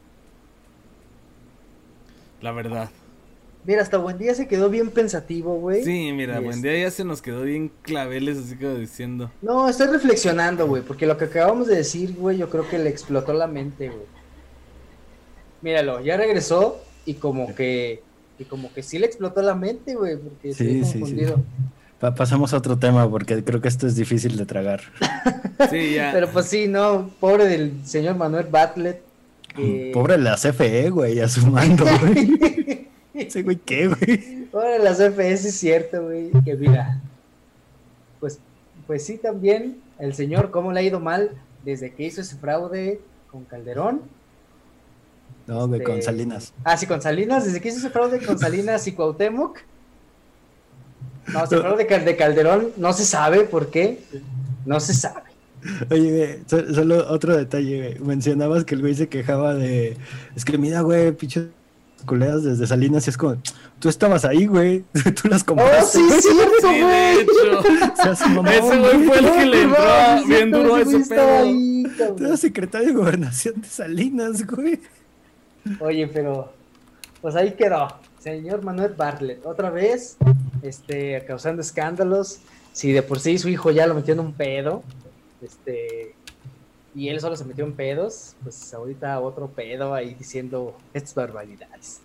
La verdad.
Mira, hasta buen día se quedó bien pensativo, güey.
Sí, mira,
Y
buen
este-
día ya se nos quedó bien claveles, así como diciendo.
No, estoy reflexionando, güey, porque lo que acabamos de decir, güey, yo creo que le explotó la mente, güey. Míralo, ya regresó y como que, y como que sí le explotó la mente, güey, porque
Sí,
estoy
sí, sí.
confundido.
Pa- pasamos a otro tema porque creo que esto es difícil de tragar.
Sí, ya.
Pero pues sí, no, pobre del señor Manuel Bartlett. que-
Pobre la C F E, güey, a su mando, güey. Ese güey, ¿qué, güey?
Pobre la C F S, es cierto, güey, que mira, pues, pues sí también, el señor, cómo le ha ido mal desde que hizo ese fraude con Calderón.
No, güey, con
Este,
Salinas.
Ah, sí, con Salinas, desde que hizo ese fraude con Salinas y Cuauhtémoc. No, ese fraude de Cal- de Calderón no se sabe por qué, no se sabe.
Oye, güey, so- solo otro detalle, güey. Mencionabas que el güey se quejaba de... Es que mira, güey, pinches culeras desde Salinas y es como... Tú estabas ahí, güey. Tú las
¡Oh,
compraste.
sí, es cierto,
Sí, de
güey!
hecho.
Seas mamón,
Ese güey fue el
No,
que le entró
no,
a-
es
bien
cierto,
duro a
ese güey
ese
estaba
pedo.
ahí,
Tú
cabrón.
eras secretario de Gobernación de Salinas, güey.
Oye, pero pues ahí quedó. Señor Manuel Bartlett, otra vez, este, causando escándalos. Si de por sí su hijo ya lo metió en un pedo, este, y él solo se metió en pedos, pues ahorita otro pedo ahí diciendo estas barbaridades.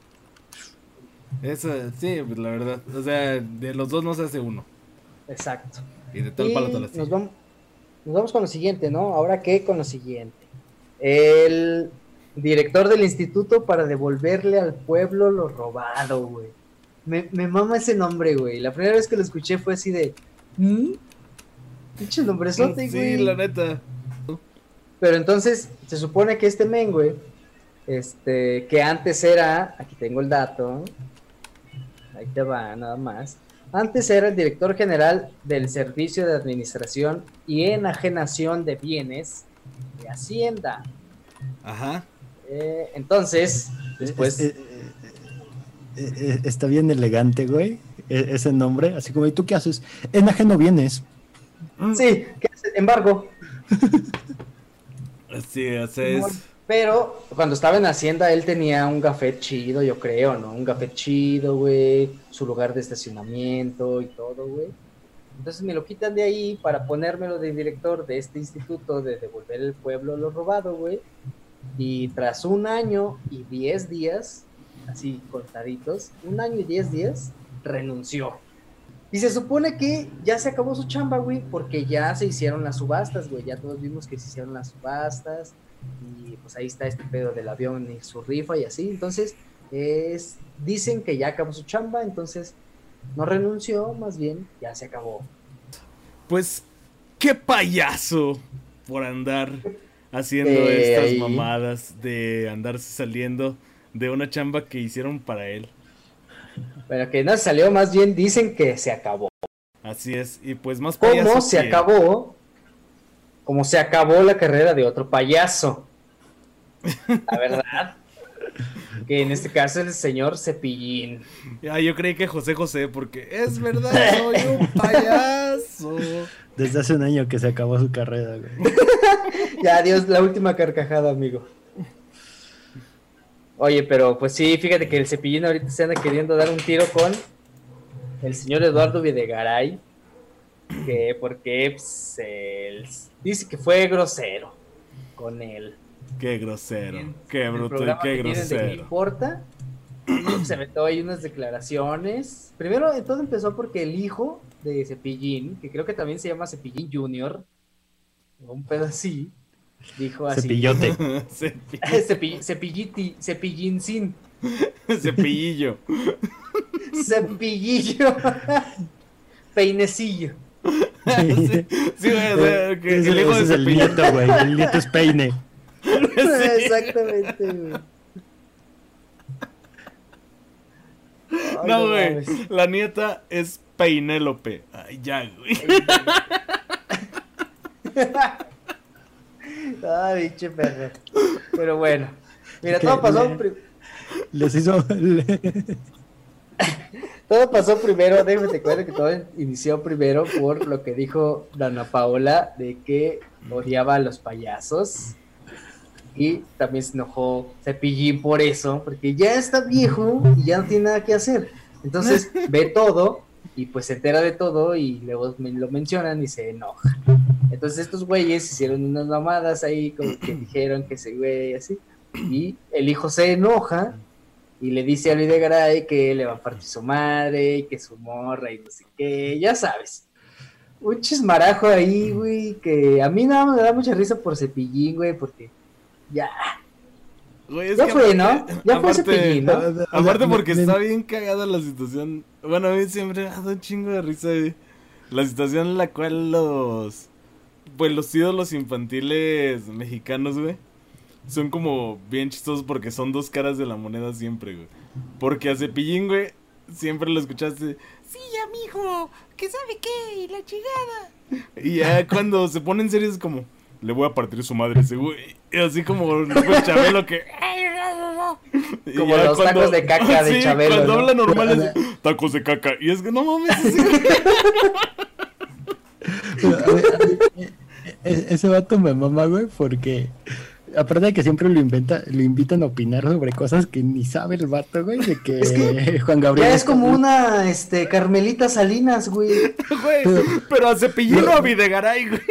Eso, sí, pues la verdad. O sea, de los dos no se hace uno.
Exacto.
Y de tal
Y
palo tal
nos
astilla.
vamos, nos vamos con lo siguiente, ¿no? Ahora qué con lo siguiente. El director del instituto para devolverle al pueblo lo robado, güey. Me, me mama ese nombre, güey. La primera vez que lo escuché fue así de... ¿Mm? Pinche nombrezote, güey.
Sí, la neta.
Pero entonces, se supone que este men, güey, este, que antes era, aquí tengo el dato, ahí te va, nada más. Antes era el director general del Servicio de Administración y Enajenación de Bienes de Hacienda.
Ajá.
Eh, entonces, después...
Eh, eh, eh, está bien elegante, güey, e- ese nombre, así como, ¿y tú qué haces? Enajeno vienes.
Sí, ¿qué hace? Embargo.
Sí, así es.
Pero cuando estaba en Hacienda, él tenía un gafet chido, yo creo, ¿no? Un gafet chido, güey, su lugar de estacionamiento y todo, güey. Entonces me lo quitan de ahí para ponérmelo de director de este instituto de devolver el pueblo lo robado, güey. Y tras un año y diez días, así contaditos, un año y diez días, renunció. Y se supone que ya se acabó su chamba, güey, porque ya se hicieron las subastas, güey. Ya todos vimos que se hicieron las subastas. Y pues ahí está este pedo del avión y su rifa y así. Entonces, es, dicen que ya acabó su chamba, entonces no renunció, más bien ya se acabó.
Pues, qué payaso por andar haciendo
Eh,
estas
ahí.
mamadas de andarse saliendo de una chamba que hicieron para él.
Pero que no salió, más bien dicen que se acabó.
Así es, y pues más payaso
¿Cómo se
que-
acabó? Como se acabó la carrera de otro payaso. La verdad. Que en este caso es el señor Cepillín.
Ah, yo creí que José José, porque es verdad, soy un payaso.
Desde hace un año que se acabó su carrera, güey.
Ya, adiós, la última carcajada, amigo. Oye, pero pues sí, fíjate que el Cepillín ahorita se anda queriendo dar un tiro con el señor Eduardo Videgaray, que porque pues, él dice que fue grosero con él.
Qué grosero,
En-
qué
en el
bruto y
programa
qué
que tienen de ¿Qué
grosero.
importa? Y se aventó ahí unas declaraciones. Primero, todo empezó porque el hijo de Cepillín, que creo que también se llama Cepillín Junior, o un pedo así, dijo así.
Cepillote.
Cepi-
Cepi- Cepilliti, Cepillincín,
Cepillillo.
Cepillillo, peinecillo.
Sí, sí, güey, o sea, que
Ese-
el hijo
ese
de
es el
Cepillín.
nieto, güey. El nieto es peine.
Exactamente, güey. Ay,
No, güey,
mames.
la nieta es Peinélope. Ay, ya, güey.
Ay, pinche perro. Pero bueno, mira,
Que
todo pasó,
le-
pri-
Les hizo... le-
todo pasó primero, déjame te cuento que todo inició primero por lo que dijo Dana Paola de que odiaba a los payasos. Y también se enojó Cepillín por eso, porque ya está viejo y ya no tiene nada que hacer. Entonces ve todo y pues se entera de todo y luego me lo mencionan y se enoja. Entonces estos güeyes hicieron unas mamadas ahí, como que dijeron que ese güey así. Y el hijo se enoja y le dice a Videgaray que le va a partir su madre y que su morra y no sé qué, ya sabes. Un chismarajo ahí, güey, que a mí nada más me da mucha risa por Cepillín, güey, porque ya,
Güey, es
ya
que
fue,
aparte-
¿no? Ya fue
aparte-
Cepillín, ¿no?
Aparte porque
Me-
está bien cagada la situación. Bueno, a mí siempre me ha dado un chingo de risa, güey. La situación en la cual los... Pues los ídolos infantiles mexicanos, güey, son como bien chistosos porque son dos caras de la moneda siempre, güey. Porque a Cepillín, güey, siempre lo escuchaste... Sí, amigo, que sabe qué, y la chingada. Y ya cuando se pone en serio es como... Le voy a partir su madre ese güey. Y así como el Chabelo que... Y
Como
ya
los tacos de caca de
sí,
Chabelo,
cuando
¿no?
habla normal es tacos de caca. Y es que no mames. así,
Pero, a ver, a ver, e- e- ese vato me mama, güey, porque aparte de que siempre lo inventa, lo invitan a opinar sobre cosas que ni sabe el vato, güey, de que,
Es que
Juan Gabriel
Ya es como una, este, Carmelita Salinas, güey.
güey. Pero a Cepillín o a Videgaray, güey.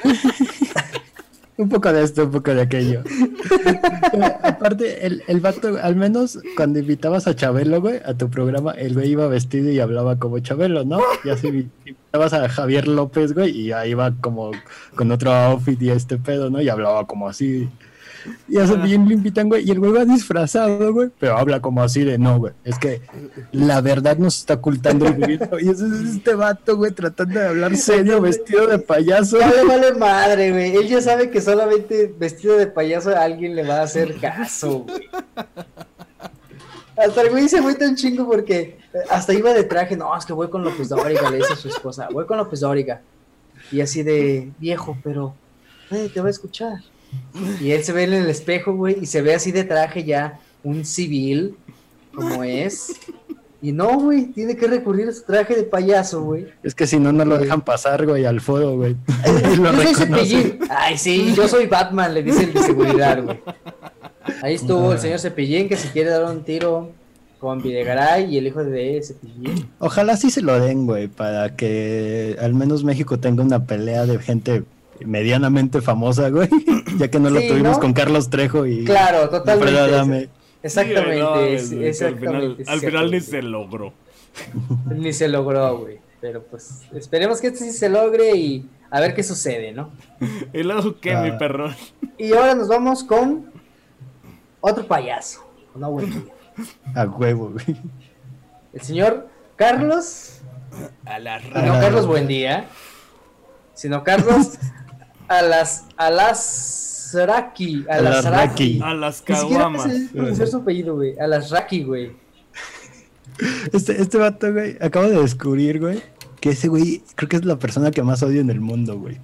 un poco de esto, un poco de aquello. Pero, aparte, el, el vato, al menos cuando invitabas a Chabelo, güey, a tu programa, el güey iba vestido y hablaba como Chabelo, ¿no? Ya si invitabas a Javier López, güey, y ahí iba como con otro outfit y este pedo, ¿no? Y hablaba como así. Y a Cepillín lo invitan, güey, y el güey va disfrazado, güey, pero habla como así de, no, güey, es que la verdad nos está ocultando el gobierno. Y ese es este vato, güey, tratando de hablar serio, vestido de payaso.
No le vale madre, güey. Él ya sabe que solamente vestido de payaso a alguien le va a hacer caso, güey. Hasta el güey se fue tan chingo porque hasta iba de traje. No, es que voy con López Dóriga, le dice a su esposa. Voy con López Dóriga. Y así de viejo, pero nadie te va a escuchar. Y él se ve en el espejo, güey, y se ve así de traje ya, un civil, como es. Y no, güey, tiene que recurrir a su traje de payaso, güey.
Es que si no, no lo dejan pasar, güey, al foro, güey.
Y lo yo soy Cepillín. Ay, sí, yo soy Batman, le dice el de seguridad, güey. Ahí estuvo no. el señor Cepillín, que si quiere dar un tiro con Videgaray y el hijo de Cepillín.
Ojalá sí se lo den, güey, para que al menos México tenga una pelea de gente medianamente famosa, güey, ya que no sí, lo tuvimos ¿no? con Carlos Trejo y
claro, totalmente.
Exactamente,
sí, no, exactamente.
Al final, al final ni se logró.
Ni se logró, güey. Pero pues esperemos que esto sí se logre y a ver qué sucede, ¿no?
¿Y luego qué, ah. mi perro?
Y ahora nos vamos con otro payaso. No, güey.
A huevo, güey.
El señor Carlos.
A la
y no Carlos Buendía, sino Carlos a las a las Raki, a las Raki,
a las caguamas.
Ni siquiera pronunciar su apellido, güey. A las Raki, güey.
Este este vato, güey, acabo de descubrir, güey, que ese güey creo que es la persona que más odio en el mundo, güey.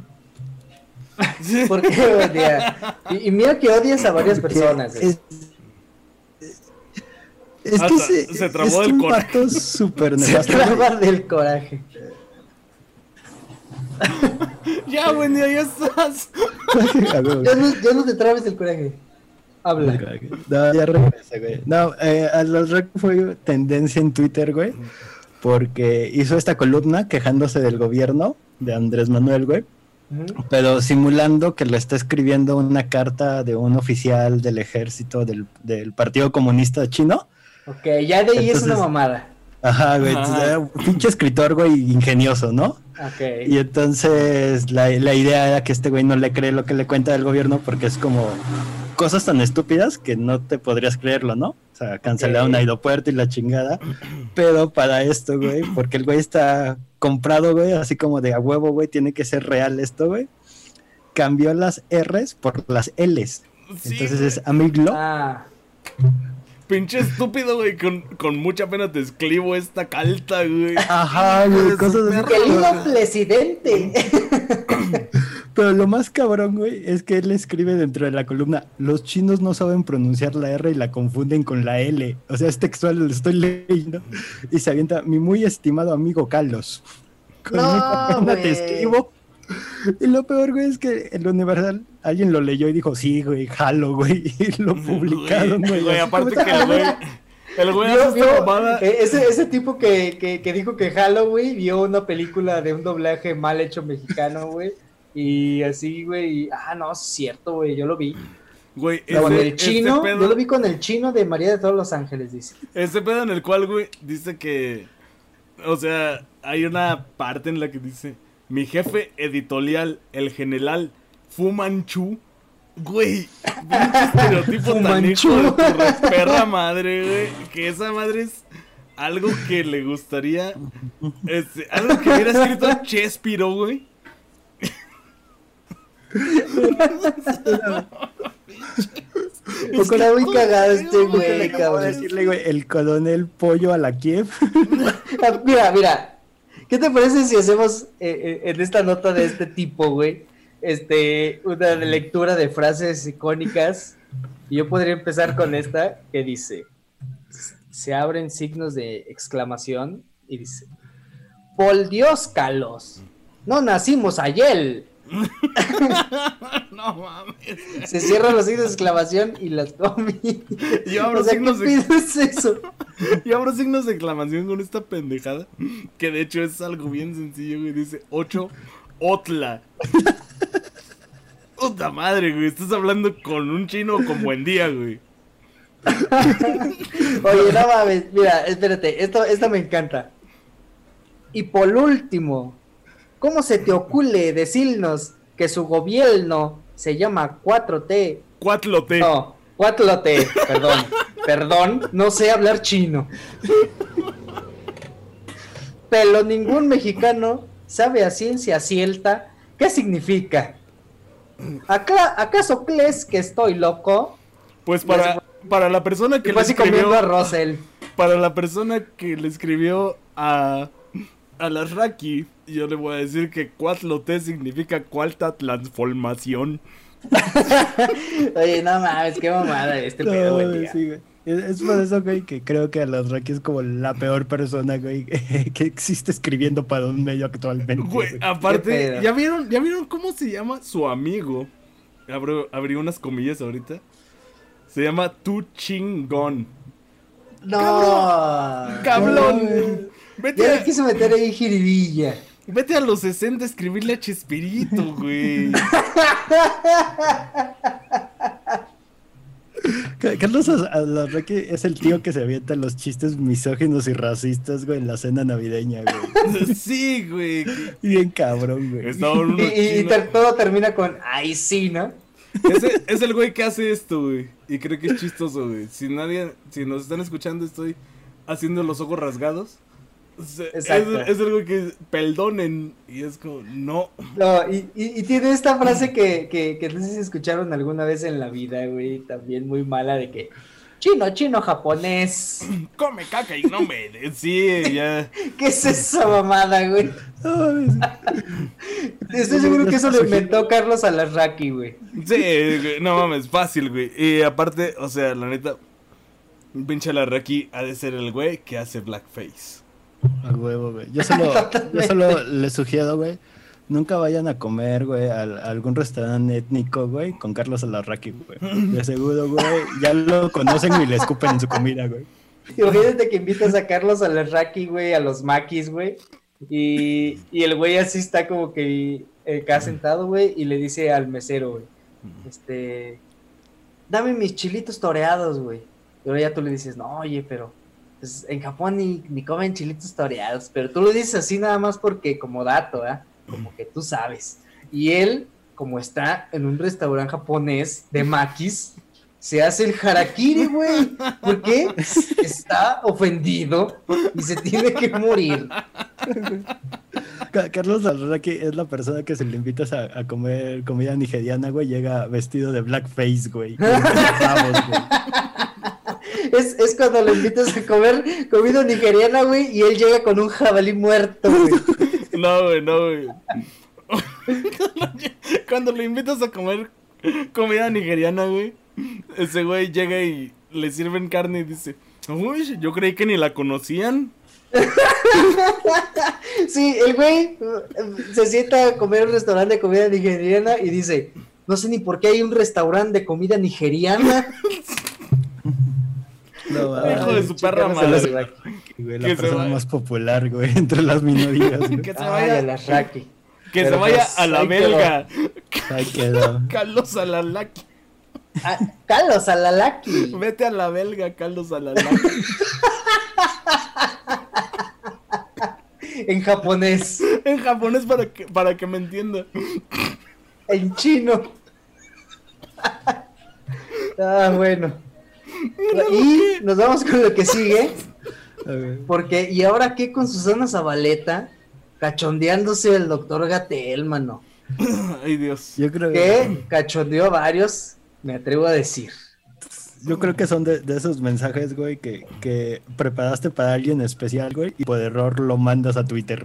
¿Por qué odia? Y, y mira que odias a varias personas, güey.
Es, es que se,
se trabó
es
del
un
coraje.
Vato super nefasto.
Se traba del coraje.
Ya, güey, ya estás.
ya, no, ya no te trabes del coraje. Habla.
No, ya regresa, güey. No, eh, a los Raki fue tendencia en Twitter, güey, porque hizo esta columna quejándose del gobierno de Andrés Manuel, güey, uh-huh. pero simulando que le está escribiendo una carta de un oficial del ejército del, del Partido Comunista Chino.
Ok, ya de ahí entonces, es una mamada.
Ajá, güey, ajá. Un pinche escritor, güey, ingenioso, ¿no?
Ok.
Y entonces la, la idea era que este güey no le cree lo que le cuenta del gobierno porque es como cosas tan estúpidas que no te podrías creerlo, ¿no? O sea, cancelar okay. un aeropuerto y la chingada. Pero para esto, güey, porque el güey está comprado, güey, así como de a huevo, güey, tiene que ser real esto, güey. Cambió las R's por las L's. Sí, entonces es amiglo.
Ah.
Pinche estúpido, güey, con, con mucha pena te escribo esta carta, güey.
Ajá, güey, cosas así.
¡Querido presidente!
Pero lo más cabrón, güey, es que él escribe dentro de la columna: los chinos no saben pronunciar la R y la confunden con la L. O sea, es textual, lo estoy leyendo. Y se avienta: mi muy estimado amigo Carlos. Con
no,
mucha pena te escribo. Y lo peor, güey, es que el Universal alguien lo leyó y dijo: sí, güey, jalo, güey. Y lo publicaron, güey.
Güey, aparte que el güey... El güey
vio, vio, ese, ese tipo que, que, que dijo que jalo, güey, vio una película de un doblaje mal hecho mexicano, güey. Y así, güey, y, ah, no, es cierto, güey, yo lo vi.
Güey,
ese, con el chino, pedo, yo lo vi con el chino de María de todos los Ángeles, dice.
Ese pedo en el cual, güey, dice que... O sea, hay una parte en la que dice: mi jefe editorial, el general Fu Manchu. Güey, pinche estereotipo tan hijo de tu perra madre, güey. Que esa madre es algo que le gustaría... Este, algo que hubiera escrito Chespiro, güey.
Poco era muy cagado este güey,
cabrón. Decirle, güey, el coronel pollo a la Kiev.
Mira, mira. ¿Qué te parece si hacemos eh, eh, en esta nota de este tipo, güey, este, una lectura de frases icónicas? Y yo podría empezar con esta que dice: se abren signos de exclamación y dice: ¡por Dios, Carlos! ¡No nacimos ayer!
No mames.
Se cierran los signos de exclamación y las comillas.
Yo abro
o sea,
signos
¿qué
de...
es eso?
Yo abro signos de exclamación con esta pendejada, que de hecho es algo bien sencillo, güey. Dice ocho Otla. Puta madre, güey. Estás hablando con un chino o con Buendía, güey.
Oye, no mames. Mira, espérate. Esto, esto me encanta. Y por último, ¿cómo se te ocurre decirnos que su gobierno se llama cuatro T?
cuatro T.
No, cuatro T, perdón. Perdón, no sé hablar chino. Pero ningún mexicano sabe a ciencia cierta qué significa. ¿Acá, ¿Acaso crees que estoy loco?
Pues para, para la persona que le escribió
a Russell.
Para la persona que le escribió a, a las Raki, yo le voy a decir que Cuatloté significa cuarta transformación.
Oye, no mames, qué mamada este
No,
pedo, güey.
sí, güey. Es, es por eso, güey, que creo que Alasraqui es como la peor persona, güey, que existe escribiendo para un medio actualmente.
Güey,
güey.
aparte, ¿ya vieron, ¿ya vieron cómo se llama su amigo? Abro, abrí unas comillas ahorita. Se llama Tu Chingón.
No.
¡Cabrón!
No,
Vete
ya
a,
le quiso meter ahí jiribilla.
vete a los sesenta a escribirle a Chespirito, güey.
Carlos Alarraqui es el tío que se avienta los chistes misóginos y racistas, güey, en la cena navideña, güey.
Sí, güey.
Bien cabrón, güey.
Estaban
Y,
unos
y- y
chinos.
ter- todo termina con ay sí, ¿no?
Ese es el güey que hace esto, güey. Y creo que es chistoso, güey. Si nadie, si nos están escuchando, estoy haciendo los ojos rasgados. O sea, es,
Exacto.
es el güey que perdonen. Y es como, no.
No, y, y- y tiene esta frase que, que, que no sé si escucharon alguna vez en la vida, güey, también muy mala de que chino, chino, japonés.
Come caca y no me des. Sí, ya.
¿Qué es esa mamada, güey?
Ay,
Estoy seguro que eso lo inventó Carlos Alarraqui, güey.
Sí, güey, no mames, fácil, güey. Y aparte, o sea, la neta, pinche Alarraqui ha de ser el güey que hace blackface.
a huevo, güey. Yo solo, yo solo les sugiero, güey, nunca vayan a comer, güey, a, a algún restaurante étnico, güey, con Carlos Alarraqui, güey. De seguro, güey, ya lo conocen y le escupen en su comida, güey.
Imagínate que invitas a Carlos Alarraqui, güey, a los maquis, güey. Y, y el güey así está como que eh, acá sentado, güey, y le dice al mesero, güey, este, dame mis chilitos toreados, güey. Y ahora ya tú le dices, no, oye, pero pues, en Japón ni, ni comen chilitos toreados, pero tú lo dices así nada más porque como dato, ¿ah? Como que tú sabes. Y él, como está en un restaurante japonés de maquis, se hace el harakiri, güey. ¿Por qué? Está ofendido y se tiene que morir.
Ca- Carlos Alarraqui es la persona que si le invitas a, a comer comida nigeriana, güey, llega vestido de blackface, güey. Y empezamos, güey.
Es, es cuando le invitas a comer comida nigeriana, güey, y él llega con un jabalí muerto, güey.
No, güey, no, güey. Cuando le invitas a comer comida nigeriana, güey, ese güey llega y le sirven carne y dice, uy, yo creí que ni la conocían.
Sí, el güey uh, se sienta a comer en un restaurante de comida nigeriana y dice, no sé ni por qué hay un restaurante de comida nigeriana.
No,
Ay,
Hijo de su perra
Carlos
madre.
Alarraqui.
güey,
que
la
se
persona
vaya.
más popular, güey, entre las minorías, güey.
Que se
Ay,
vaya,
Alarraqui.
que se
Pero
vaya
pues,
a la
ahí
belga.
Ahí quedó.
Carlos Alalaki.
Ah, Carlos Alalaki.
Vete a la belga, Carlos Alalaki.
En japonés,
En japonés para que, para que me entienda.
en chino. Ah, bueno. Y nos vamos con lo que sigue.
A ver.
Porque, ¿y ahora qué con Susana Zabaleta? Cachondeándose el doctor Gatell, mano.
Ay, Dios.
Yo creo
Que cachondeó a varios, me atrevo a decir.
Yo creo que son de, de esos mensajes, güey, que, que preparaste para alguien especial, güey, y por error lo mandas a Twitter.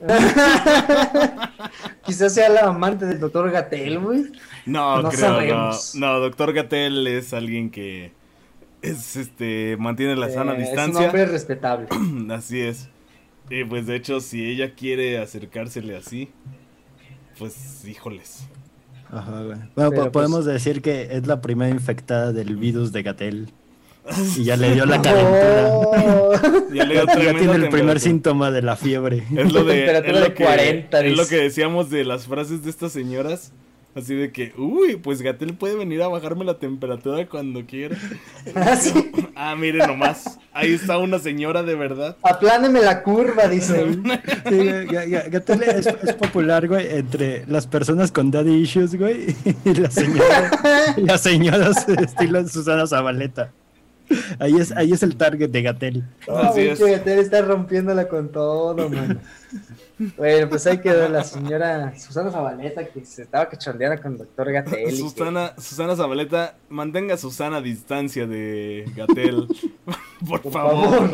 Quizás sea la amante del doctor Gatell, güey.
No,
No
creo,
sabemos.
no. No, doctor Gatell es alguien que es este mantiene la sana
Eh, Es un
distancia.
hombre respetable.
Así es. Y pues de hecho, si ella quiere acercársele así, pues híjoles.
Ajá, güey. Bueno,
Pero,
po- podemos
pues-
decir que es la primera infectada del virus de Gatell. Y ya le dio la calentura.
Oh.
Ya le
Ya,
dio
ya
tremenda
tiene el primer
temperatura.
síntoma de la fiebre.
Es lo de,
Temperatura
es lo
de
que,
cuarenta,
es lo
dice.
que decíamos de las frases de estas señoras. Así de que, uy, pues Gatell puede venir a bajarme la temperatura cuando quiera.
Ah, sí.
Ah, miren nomás. Ahí está una señora de verdad.
Apláneme la curva, dice.
Sí, güey, Ga- Ga- Gatell es, es popular, güey, entre las personas con daddy issues, güey, y las señoras, y las señoras estilo Susana Zabaleta. Ahí es, ahí es el target de Gatell.
Así
Ay,
es.
que Gatell está rompiéndola con todo, mano. Bueno, pues ahí quedó la señora Susana Zabaleta que se estaba cachondeando con el doctor Gatell. y que-
Susana, Susana Zabaleta, mantenga Susana a distancia de Gatell. Por,
por
favor.
favor.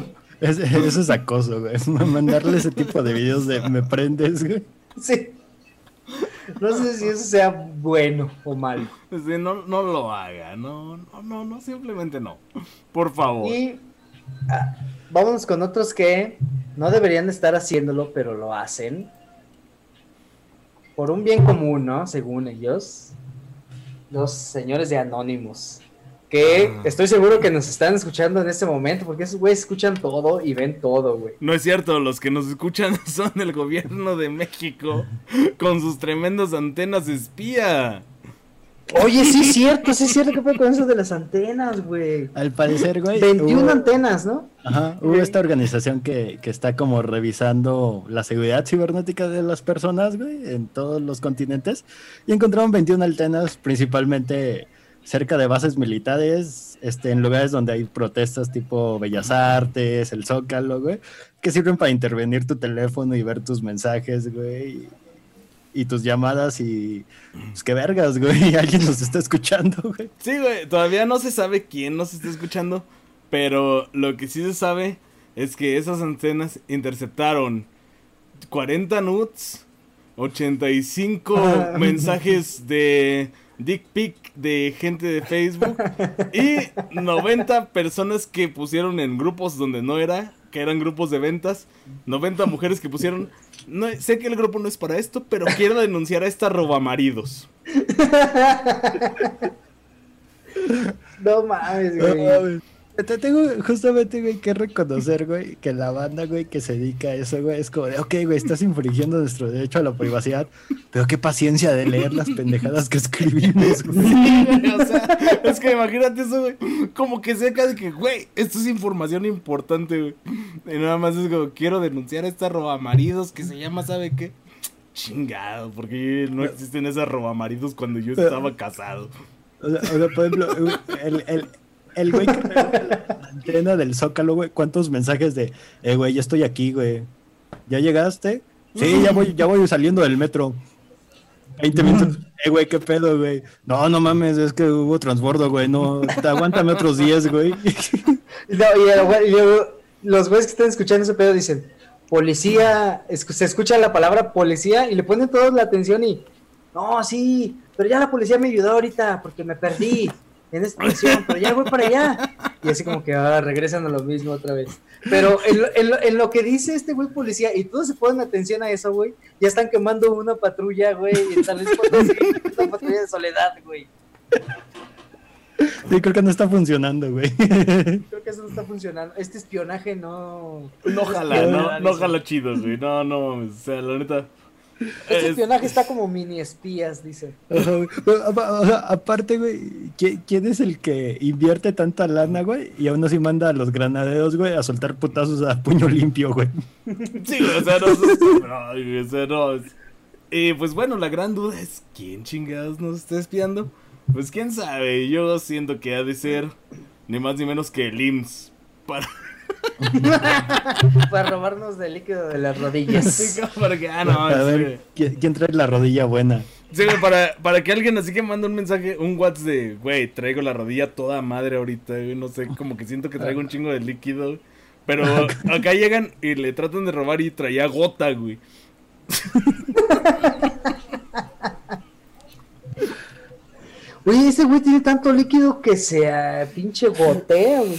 Es- eso es acoso, güey. Mandarle ese tipo de videos de me prendes, güey.
Sí. No sé si eso sea bueno o malo.
Sí, no, no lo haga, no, no, no, no, simplemente no. Por favor.
Y ah, vámonos con otros que no deberían de estar haciéndolo, pero lo hacen. Por un bien común, ¿no? Según ellos. Los señores de Anonymous. Que
Ah.
estoy seguro que nos están escuchando en este momento, porque esos güeyes escuchan todo y ven todo, güey.
No es cierto, los que nos escuchan son el gobierno de México con sus tremendas antenas espía.
Oye, sí es cierto, sí es cierto. ¿Qué fue con eso de las antenas, güey?
Al parecer, güey.
veintiuna
hubo-
antenas, ¿no?
Ajá, hubo
Ok.
esta organización que, que está como revisando la seguridad cibernética de las personas, güey, en todos los continentes, y encontraron veintiuna antenas, principalmente cerca de bases militares, este, en lugares donde hay protestas tipo Bellas Artes, el Zócalo, güey, que sirven para intervenir tu teléfono y ver tus mensajes, güey, y, y tus llamadas, y pues qué vergas, güey, alguien nos está escuchando, güey.
Sí, güey, todavía no se sabe quién nos está escuchando, pero lo que sí se sabe es que esas antenas interceptaron cuarenta nudes, ochenta y cinco
Ah.
mensajes de dick pic de gente de Facebook y noventa personas que pusieron en grupos donde no era, que eran grupos de ventas, noventa mujeres que pusieron, no, sé que el grupo no es para esto, pero quiero denunciar a esta robamaridos.
No mames, güey.
No, güey. Te tengo justamente, güey, que reconocer, güey, que la banda, güey, que se dedica a eso, güey, es como de, ok, güey, estás infringiendo nuestro derecho a la privacidad, pero qué paciencia de leer las pendejadas que escribimos, güey.
Sí, güey, o sea, es que imagínate eso, güey. Como que seca de que, güey, esto es información importante, güey. Y nada más es como, quiero denunciar a esta robamaridos que se llama, ¿sabe qué? Chingado, porque no existen esas robamaridos cuando yo estaba casado.
O sea, o sea, por ejemplo, el, el, el güey que la antena del Zócalo, güey, ¿cuántos mensajes de, eh, güey, ya estoy aquí, güey? ¿Ya llegaste? Sí, ya voy, ya voy saliendo del metro. veinte minutos. Eh, güey, qué pedo, güey. No, no mames, es que hubo transbordo, güey. No, te aguántame otros diez, güey.
No, y, el güey- y luego los güeyes que están escuchando ese pedo dicen, policía, es- se escucha la palabra policía y le ponen toda la atención y, no, sí, pero ya la policía me ayudó ahorita porque me perdí en esta estación, pero ya voy para allá. Y así como que ahora regresan a lo mismo otra vez. Pero en, lo- en lo- en lo que dice este güey policía, y todos se ponen atención a eso, güey, ya están quemando una patrulla, güey, y tal vez una patrulla de Soledad, güey.
Sí, creo que no está funcionando, güey.
Creo que eso no está funcionando. Este espionaje no...
No jala, no, no jala chido, güey. No, no, mames, o sea, la neta.
Este
es-
espionaje está como mini espías, dice.
Ajá, güey. Pero, apa- o sea, aparte, güey, ¿qui- ¿quién es el que invierte tanta lana, güey? Y aún así manda a los granaderos, güey, a soltar putazos a puño limpio, güey.
Sí, güey, o sea, no, no, güey, o sea, no. es- Y pues bueno, la gran duda es, ¿quién chingados nos está espiando? Pues quién sabe, yo siento que ha de ser ni más ni menos que el I M S S. Para,
Para robarnos del líquido de las rodillas.
así como para que, ah, no,
a
sí,
ver,
güey.
¿quién, quién trae la rodilla buena?
Sí, güey, para, para que alguien así que manda un mensaje, un WhatsApp de, güey, traigo la rodilla toda madre ahorita, güey, no sé, como que siento que traigo un chingo de líquido, pero acá llegan y le tratan de robar y traía gota, güey.
Oye, ese güey tiene tanto líquido que se ah, pinche gotea, güey.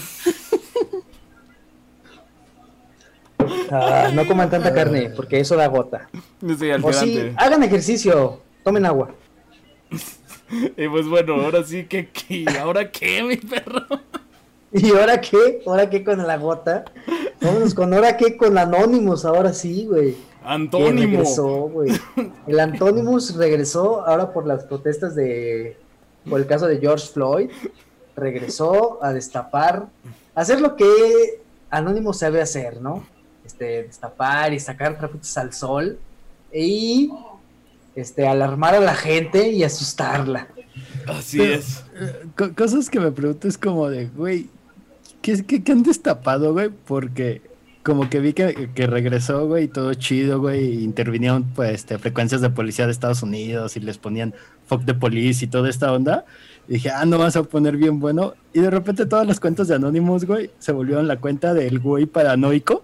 Ah, no coman tanta carne, porque eso da gota.
Sí,
O sí,
alterante.
hagan ejercicio, tomen agua.
Y pues bueno, ahora sí que, que ¿ahora qué, mi perro?
¿Y ahora qué? ¿Ahora qué con la gota? Vámonos con ahora qué con Anonymous, ahora sí, güey. Que
Antónimo.
regresó, güey. El Anonymous regresó ahora por las protestas de... por el caso de George Floyd. Regresó a destapar, a hacer lo que Anonymous sabe hacer, ¿no? Este, destapar y sacar trapitos al sol y este, alarmar a la gente y asustarla.
Así
Pero,
es.
eh, co- cosas que me pregunto es como de, güey, ¿qué, qué, qué han destapado, güey? Porque como que vi que, que regresó, güey, y todo chido, güey, y intervinieron, pues, este, frecuencias de policía de Estados Unidos y les ponían fuck the police y toda esta onda. Y dije, ah, no vas a poner bien bueno. Y de repente todas las cuentas de Anonymous, güey, se volvieron la cuenta del güey paranoico.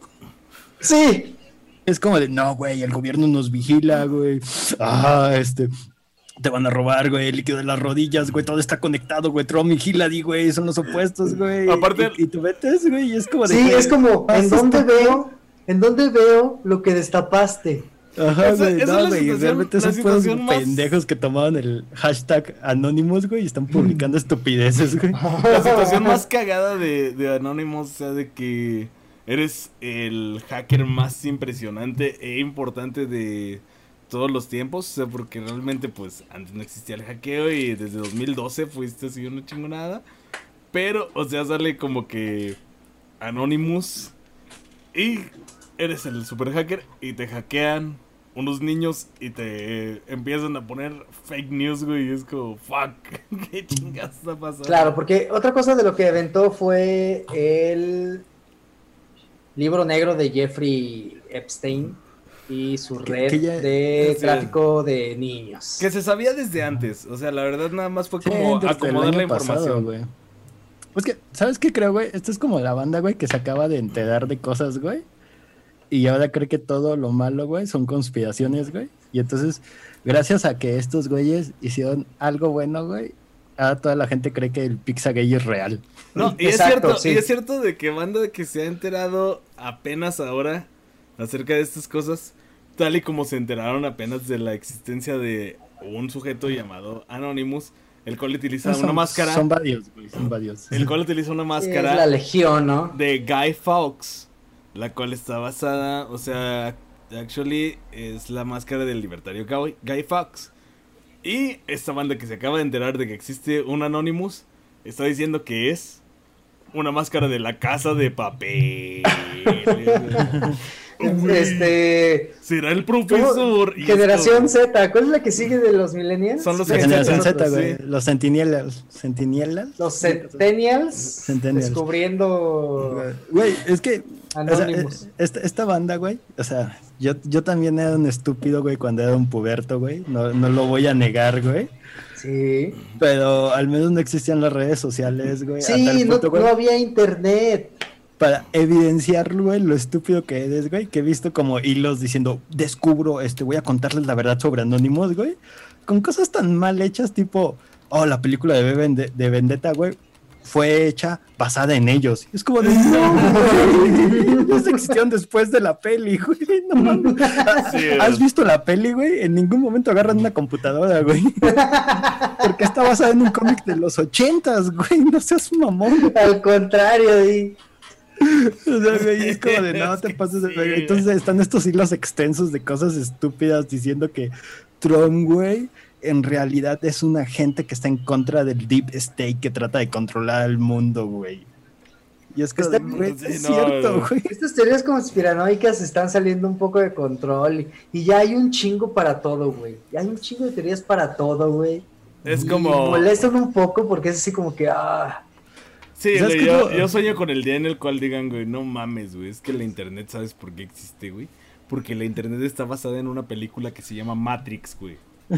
Sí.
Es como de, no, güey, el gobierno nos vigila, güey. Ah, este, te van a robar, güey, el líquido de las rodillas, güey, todo está conectado, güey. Trump y Hillary, güey, son los opuestos, güey.
Aparte-
Y, y tú metes, güey, y es como de...
Sí,
güey,
es como,
¿qué
¿en
pasa
dónde
esta-
veo? ¿En dónde veo lo que destapaste?
Ajá,
Esa-
güey,
esa es
no,
la
güey,
situación-
realmente
la
son puros
situación más-
pendejos que tomaban el hashtag Anonymous, güey, y están publicando estupideces, güey.
La situación más cagada de, de Anonymous, o sea, de que eres el hacker más impresionante e importante de todos los tiempos, o sea, porque realmente, pues, antes no existía el hackeo y desde dos mil doce fuiste así una chingonada. Pero, o sea, sale como que Anonymous y eres el super hacker y te hackean unos niños y te empiezan a poner fake news, güey, y es como, fuck, qué chingados está pasando.
Claro, porque otra cosa de lo que aventó fue el libro negro de Jeffrey Epstein y su
Que-
red
que ya-
de
Sí.
tráfico de niños.
Que se sabía desde antes, o sea, la verdad nada más fue
Sí,
como
desde el
acomodar la
año pasado,
información.
güey. Pues que, ¿sabes qué creo, güey? Esto es como la banda, güey, que se acaba de enterar de cosas, güey. Y ahora cree que todo lo malo, güey, son conspiraciones, güey. Y entonces, gracias a que estos güeyes hicieron algo bueno, güey, ahora toda la gente cree que el Pizzagate es real.
No, y
Exacto,
es cierto,
sí.
y es cierto de que banda que se ha enterado apenas ahora acerca de estas cosas, tal y como se enteraron apenas de la existencia de un sujeto llamado Anonymous, el cual utiliza
Son-
una máscara,
Son varios, güey, son varios.
el cual utiliza una
Es
máscara
la legión, ¿no?
de Guy Fawkes, la cual está basada, o sea, actually es la máscara del libertario Guy, Guy Fawkes. Y esta banda que se acaba de enterar de que existe un Anonymous está diciendo que es una máscara de la Casa de Papel. Güey,
Este.
será el profesor. Y
Generación
esto-
Z, ¿cuál es la que sigue de los millennials?
Son los
La
que
generación
nosotros,
Z, güey.
sí.
Los Centennials. ¿Centennials?
Los Centennials,
Centennials.
descubriendo
Güey, es que o sea,
Anonymous.
eh, esta, esta banda, güey, o sea, yo, yo también era un estúpido, güey, cuando era un puberto, güey. No, no lo voy a negar, güey.
Sí.
Pero al menos no existían las redes sociales, güey. a tal
Sí, no,
punto, güey,
no había internet.
para evidenciar, güey, lo estúpido que eres, güey, que he visto como hilos diciendo, descubro, este, voy a contarles la verdad sobre Anonymous, güey, con cosas tan mal hechas, tipo, oh, la película de, V Vende- de Vendetta, güey, fue hecha basada en ellos. Es como de, no, güey, ellos existieron después de la peli, güey, no mames.
Sí,
¿Has visto la peli, güey? En ningún momento agarran una computadora, güey. Porque está basada en un cómic de los ochentas, güey, no seas un mamón.
Al contrario, y
O sea, güey, es como de no
Es
te
que
pases de
sí,
verga.
güey.
Entonces están estos hilos extensos de cosas estúpidas diciendo que Trump, güey, en realidad es un agente que está en contra del Deep State que trata de controlar al mundo, güey. Y es que,
Está-
güey,
sí,
es
no,
cierto,
no.
güey.
estas teorías conspiranoicas están saliendo un poco de control. Y, y ya hay un chingo para todo, güey. Ya hay un chingo de teorías para todo, güey.
Es
Y
como-
molestan un poco porque es así como que, ah.
Sí,
¿Sabes
güey,
qué?
yo, yo sueño con el día en el cual digan, güey, no mames, güey, es que la internet, ¿sabes por qué existe, güey? Porque la internet está basada en una película que se llama Matrix, güey.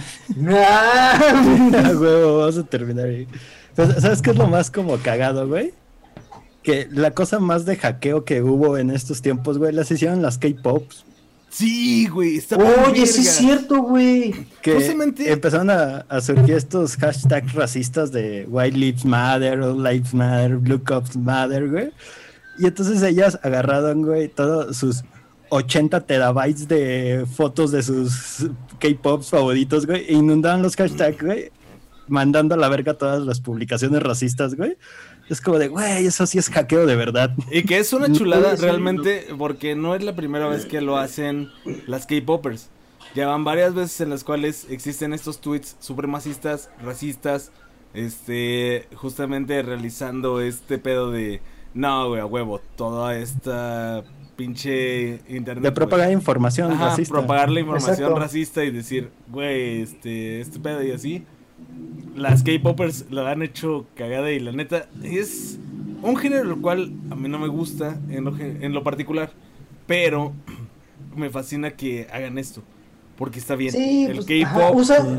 ah.
Ah, güey, vamos a terminar ahí. Pero, ¿sabes qué es lo más como cagado, güey? Que la cosa más de hackeo que hubo en estos tiempos, güey, las hicieron las K-Pops.
Sí, güey, está bien
Oye, sí es
verga.
cierto, güey.
Que
Justamente-
empezaron a, a surgir estos hashtags racistas de White Lives Matter, All Lives Matter, Blue Cops Matter, güey. Y entonces ellas agarraron, güey, todos sus ochenta terabytes de fotos de sus K-Pops favoritos, güey, e inundaron los hashtags, güey, mandando a la verga todas las publicaciones racistas, güey. Es como de, güey, eso sí es hackeo de verdad.
Y que es una chulada
Oye, sí,
realmente, porque no es la primera vez que lo hacen las K-Popers. Ya van varias veces en las cuales existen estos tweets supremacistas, racistas, este, justamente realizando este pedo de, no, güey, a huevo, toda esta pinche internet.
De propagar
güey.
información
Ajá,
racista.
propagar la información
Exacto.
racista y decir, güey, este, este pedo y así. Las K-Popers lo han hecho cagada y la neta es un género el cual a mí no me gusta en lo, gen- en lo particular, pero me fascina que hagan esto, porque está bien.
Sí,
el
pues,
K-Pop
ajá, usa-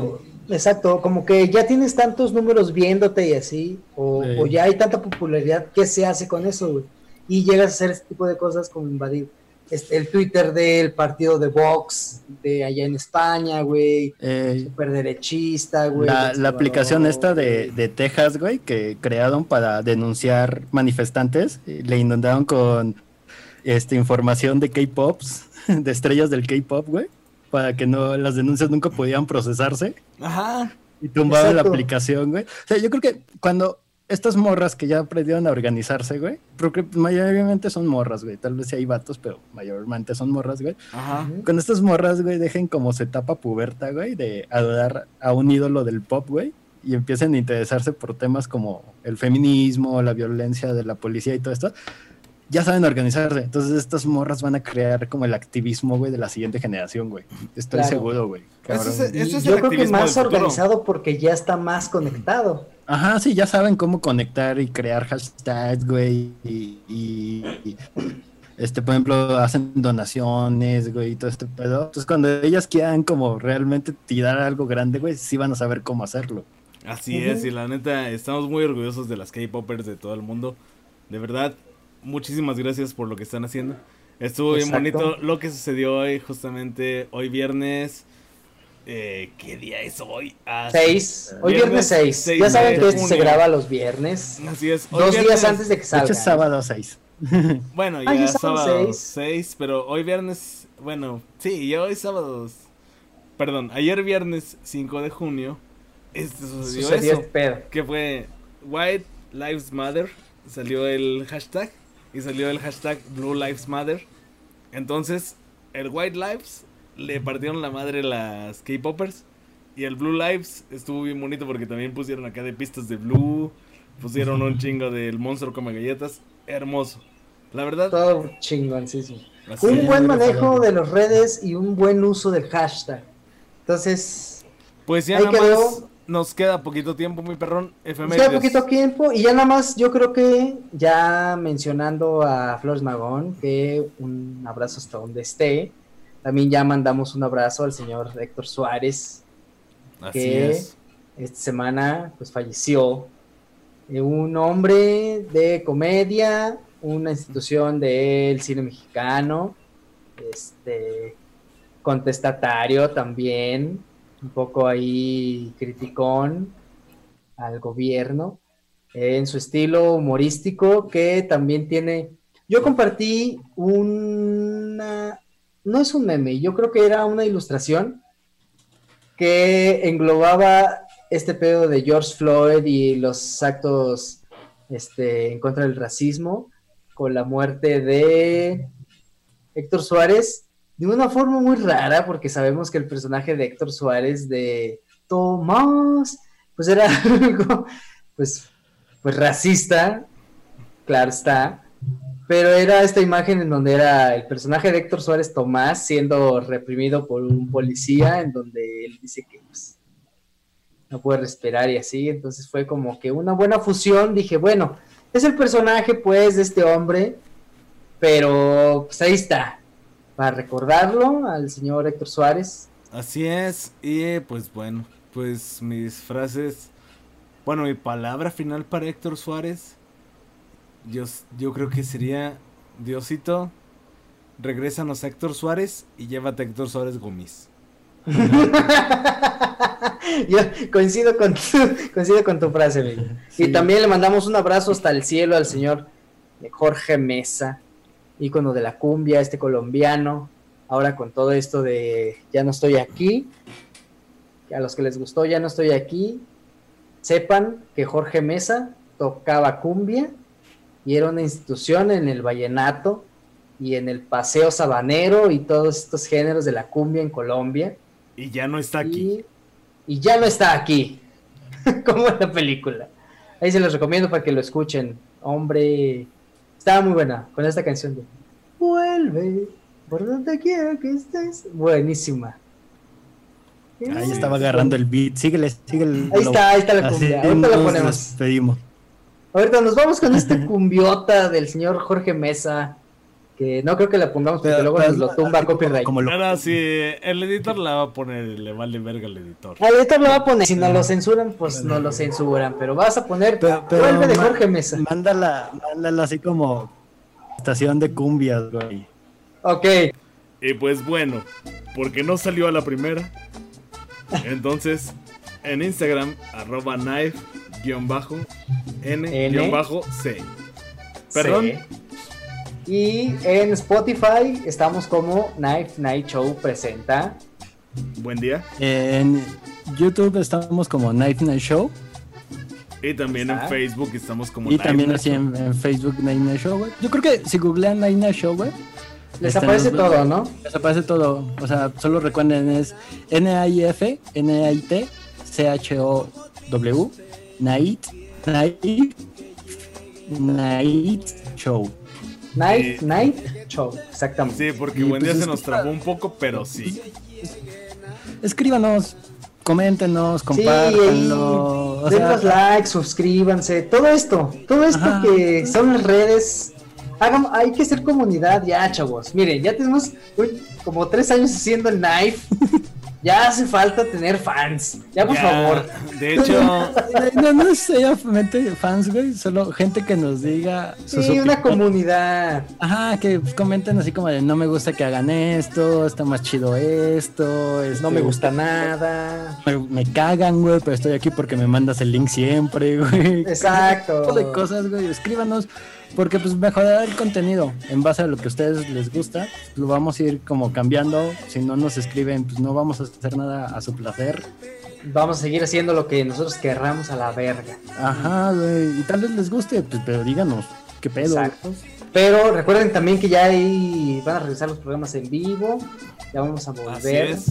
Exacto, como que ya tienes tantos números viéndote y así, o,
Sí.
o ya hay tanta popularidad, ¿qué se hace con eso, güey? Y llegas a hacer este tipo de cosas como invadir este, el Twitter del partido de Vox de allá en España, güey,
Eh,
súper derechista, güey.
la,
del
la aplicación
Salvador,
esta de,
güey.
de Texas, güey, que crearon para denunciar manifestantes, y le inundaron con este, información de K-Pops, de estrellas del K-Pop, güey, para que no las denuncias nunca pudieran procesarse.
Ajá.
Y tumbaron la
Exacto.
aplicación, güey. O sea, yo creo que cuando estas morras que ya aprendieron a organizarse, güey, porque mayormente son morras, güey. Tal vez sí hay vatos, pero mayormente son morras, güey.
Ajá.
Ujú.
Cuando estas morras, güey, dejen como su etapa puberta, güey, de adorar a un ídolo del pop, güey, y empiecen a interesarse por temas como el feminismo, la violencia de la policía y todo esto, ya saben organizarse. Entonces estas morras van a crear como el activismo, güey, de la siguiente generación, güey. Estoy
Claro.
seguro, güey. cabrón.
Eso es-
Y
Eso es
yo
el
creo que
activismo
más
del futuro.
organizado porque ya está más conectado.
Ajá, sí, ya saben cómo conectar y crear hashtags, güey, y, y- y, este, por ejemplo, hacen donaciones, güey, y todo este pedo. Entonces, cuando ellas quieran como realmente tirar algo grande, güey, sí van a saber cómo hacerlo.
Así
Ujú.
es, y la neta, estamos muy orgullosos de las K-Popers de todo el mundo. De verdad, muchísimas gracias por lo que están haciendo. Estuvo bien
Exacto.
bonito lo que sucedió hoy, justamente hoy viernes. Eh, ¿Qué día es hoy? Ah,
Seis. Hoy
Viernes
viernes seis.
seis
Ya saben
de
que esto se
junio.
graba los viernes.
Así es. hoy
Dos
viernes-
días antes de que
De
salga.
hecho, es sábado seis.
Bueno,
Ah,
ya
ya sábado
sábado
seis.
seis, pero hoy viernes, bueno, sí, ya hoy sábado, perdón, ayer viernes cinco de junio, este sucedió,
Sucedió
eso,
este pedo.
que fue White Lives Matter, salió el hashtag, y salió el hashtag Blue Lives Matter, entonces, el White Lives le partieron la madre las K-Popers, y el Blue Lives estuvo bien bonito porque también pusieron acá de pistas de Blue, pusieron un chingo del monstruo come galletas, hermoso. La verdad,
Todo chingoncísimo.
así
Un
es.
buen
muy
manejo
reparado.
de las redes y un buen uso del hashtag. Entonces,
Pues ya
ahí
nada
quedó.
más nos queda poquito tiempo, muy perrón.
nos
Efemérides.
queda poquito tiempo y ya nada más, yo creo que ya mencionando a Flores Magón, que un abrazo hasta donde esté. También ya mandamos un abrazo al señor Héctor Suárez,
Así
que
es.
esta semana pues falleció. Eh, un hombre de comedia, una institución del cine mexicano, este contestatario también, un poco ahí criticón al gobierno, eh, en su estilo humorístico, que también tiene, yo compartí una, no es un meme, yo creo que era una ilustración que englobaba este pedo de George Floyd y los actos este, en contra del racismo, con la muerte de Héctor Suárez, de una forma muy rara, porque sabemos que el personaje de Héctor Suárez de Tomás, pues era algo, pues, pues racista, claro está, pero era esta imagen en donde era el personaje de Héctor Suárez Tomás siendo reprimido por un policía, en donde él dice que pues, no puede respirar y así, entonces fue como que una buena fusión, dije, bueno, es el personaje pues de este hombre, pero pues ahí está, para recordarlo al señor Héctor Suárez.
Así es. Y pues bueno, pues mis frases. Bueno, mi palabra final para Héctor Suárez. Yo, yo creo que sería: Diosito, regrésanos a Héctor Suárez y llévate a Héctor Suárez Gomis.
Yo coincido con tu, coincido con tu frase, amigo.
Sí.
Y también le mandamos un abrazo hasta el cielo al señor Jorge Mesa, ícono de la cumbia, este colombiano. Ahora con todo esto de ya no estoy aquí, a los que les gustó ya no estoy aquí, sepan que Jorge Mesa tocaba cumbia y era una institución en el vallenato y en el paseo sabanero y todos estos géneros de la cumbia en Colombia.
Y ya no está aquí.
Y, y ya no está aquí, como en la película. Ahí se los recomiendo para que lo escuchen. Hombre, estaba muy buena con esta canción de Vuelve, por donde quiera que estés. Buenísima.
Ahí estaba agarrando el beat. Síguele, síguele.
Ahí está, ahí está la
Así
cumbia. Ahorita la
nos
ponemos.
despedimos.
Ahorita nos vamos con esta cumbiota del señor Jorge Mesa. que no creo que la pongamos porque
Pero-
luego
pero
nos lo tumba
así como-
copyright.
como lo-
Ahora sí, el editor la va a poner y le vale verga al editor.
Al editor lo va a poner, si no lo censuran, pues no lo censuran, pero vas a poner
Pero- pero
vuelve de
ma-
Jorge Mesa.
Mándala, mándala así como estación de cumbias, güey.
Ok,
Y pues bueno, porque no salió a la primera, entonces en Instagram, arroba knife guión bajo n guión bajo c. Perdón.
sí. Y en Spotify estamos como Knife Night Show presenta.
Buen día.
En YouTube estamos como Night Night Show.
Y también en
¿Está?
Facebook estamos como
Y
Knife
también
Night
así
Show.
en, en Facebook Night Night Show, güey. Yo creo que si googlean Night Night Show, güey,
Les
este,
aparece
nos-
todo, ¿no?
les aparece todo. O sea, solo recuerden, es N A I F, N A I T, C H O W, Night, Night, Night Show.
Night
Sí.
Night Show, exactamente.
Sí, porque
Y
buen día
pues
se nos
escucha-
trabó un poco, pero sí.
Escríbanos, coméntenos,
Sí, ahí,
compártanlo. o
den
sea,
los likes, suscríbanse, todo esto, todo esto
Ajá.
que son las redes. Hagan, hay que ser comunidad ya, chavos. Miren, ya tenemos uy, como tres años haciendo el Knife. Ya hace falta tener fans. Ya, por
Ya,
favor.
De hecho,
no, no necesariamente fans, güey, solo gente que nos diga sus
Sí, una
opiniones.
comunidad.
Ajá, que pues, comenten así como de no me gusta que hagan esto, está más chido esto, este,
No me gusta nada.
me, me cagan, güey, pero estoy aquí porque me mandas el link siempre, güey.
Exacto.
Ese tipo de cosas, güey, escríbanos, porque pues mejorará el contenido en base a lo que a ustedes les gusta, lo vamos a ir como cambiando, si no nos escriben, pues no vamos a hacer nada a su placer.
Vamos a seguir haciendo lo que nosotros querramos a la verga.
Ajá, güey, y tal vez les guste, pues, pero díganos, qué pedo.
Exacto. Pero recuerden también que ya ahí van a regresar los programas en vivo. Ya vamos a
así
volver.
es.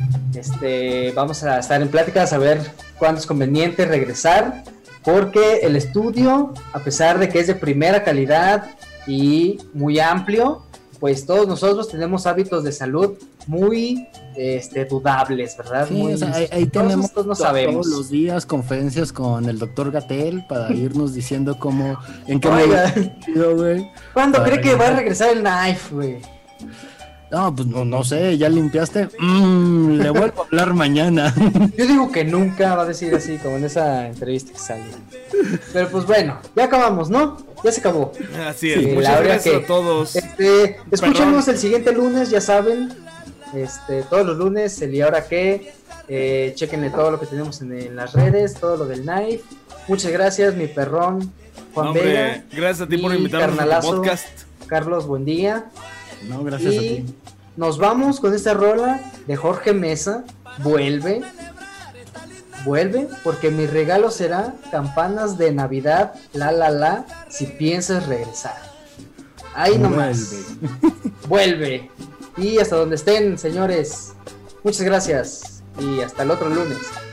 Este, vamos a estar en pláticas a ver cuándo es conveniente regresar. Porque el estudio, a pesar de que es de primera calidad y muy amplio, pues todos nosotros tenemos hábitos de salud muy este, dudables, ¿verdad?
Sí,
Muy,
o sea, ahí, ahí
todos
tenemos
nosotros no
to-
sabemos.
todos los días conferencias con el doctor Gatel para irnos diciendo cómo, en qué
Oiga.
momento, güey.
¿Cuándo
Ay,
cree que va a
no.
regresar el Knife, güey?
No, pues no, no sé, ya limpiaste. Mm, le vuelvo a hablar mañana.
Yo digo que nunca va a decir así, como en esa entrevista que salió. Pero pues bueno, ya acabamos, ¿no? Ya se acabó.
Así es.
Sí, la
Muchas
verdad
gracias
que-
a todos.
Este, escúchenos
Perdón.
el siguiente lunes, ya saben. Este, todos los lunes, el y ahora qué. Eh, chequenle todo lo que tenemos en, en las redes, todo lo del Knife. Muchas gracias, mi perrón, Juan
Hombre,
Vega.
gracias a ti por
y
invitarnos a tu
carnalazo.
podcast.
Carlos, buen día.
No, gracias a
Y
ti.
nos vamos con esta rola de Jorge Mesa. Vuelve. Vuelve, porque mi regalo será campanas de Navidad, la la la, si piensas regresar. Ahí nomás. Vuelve. Y hasta donde estén, señores. Muchas gracias. Y hasta el otro lunes.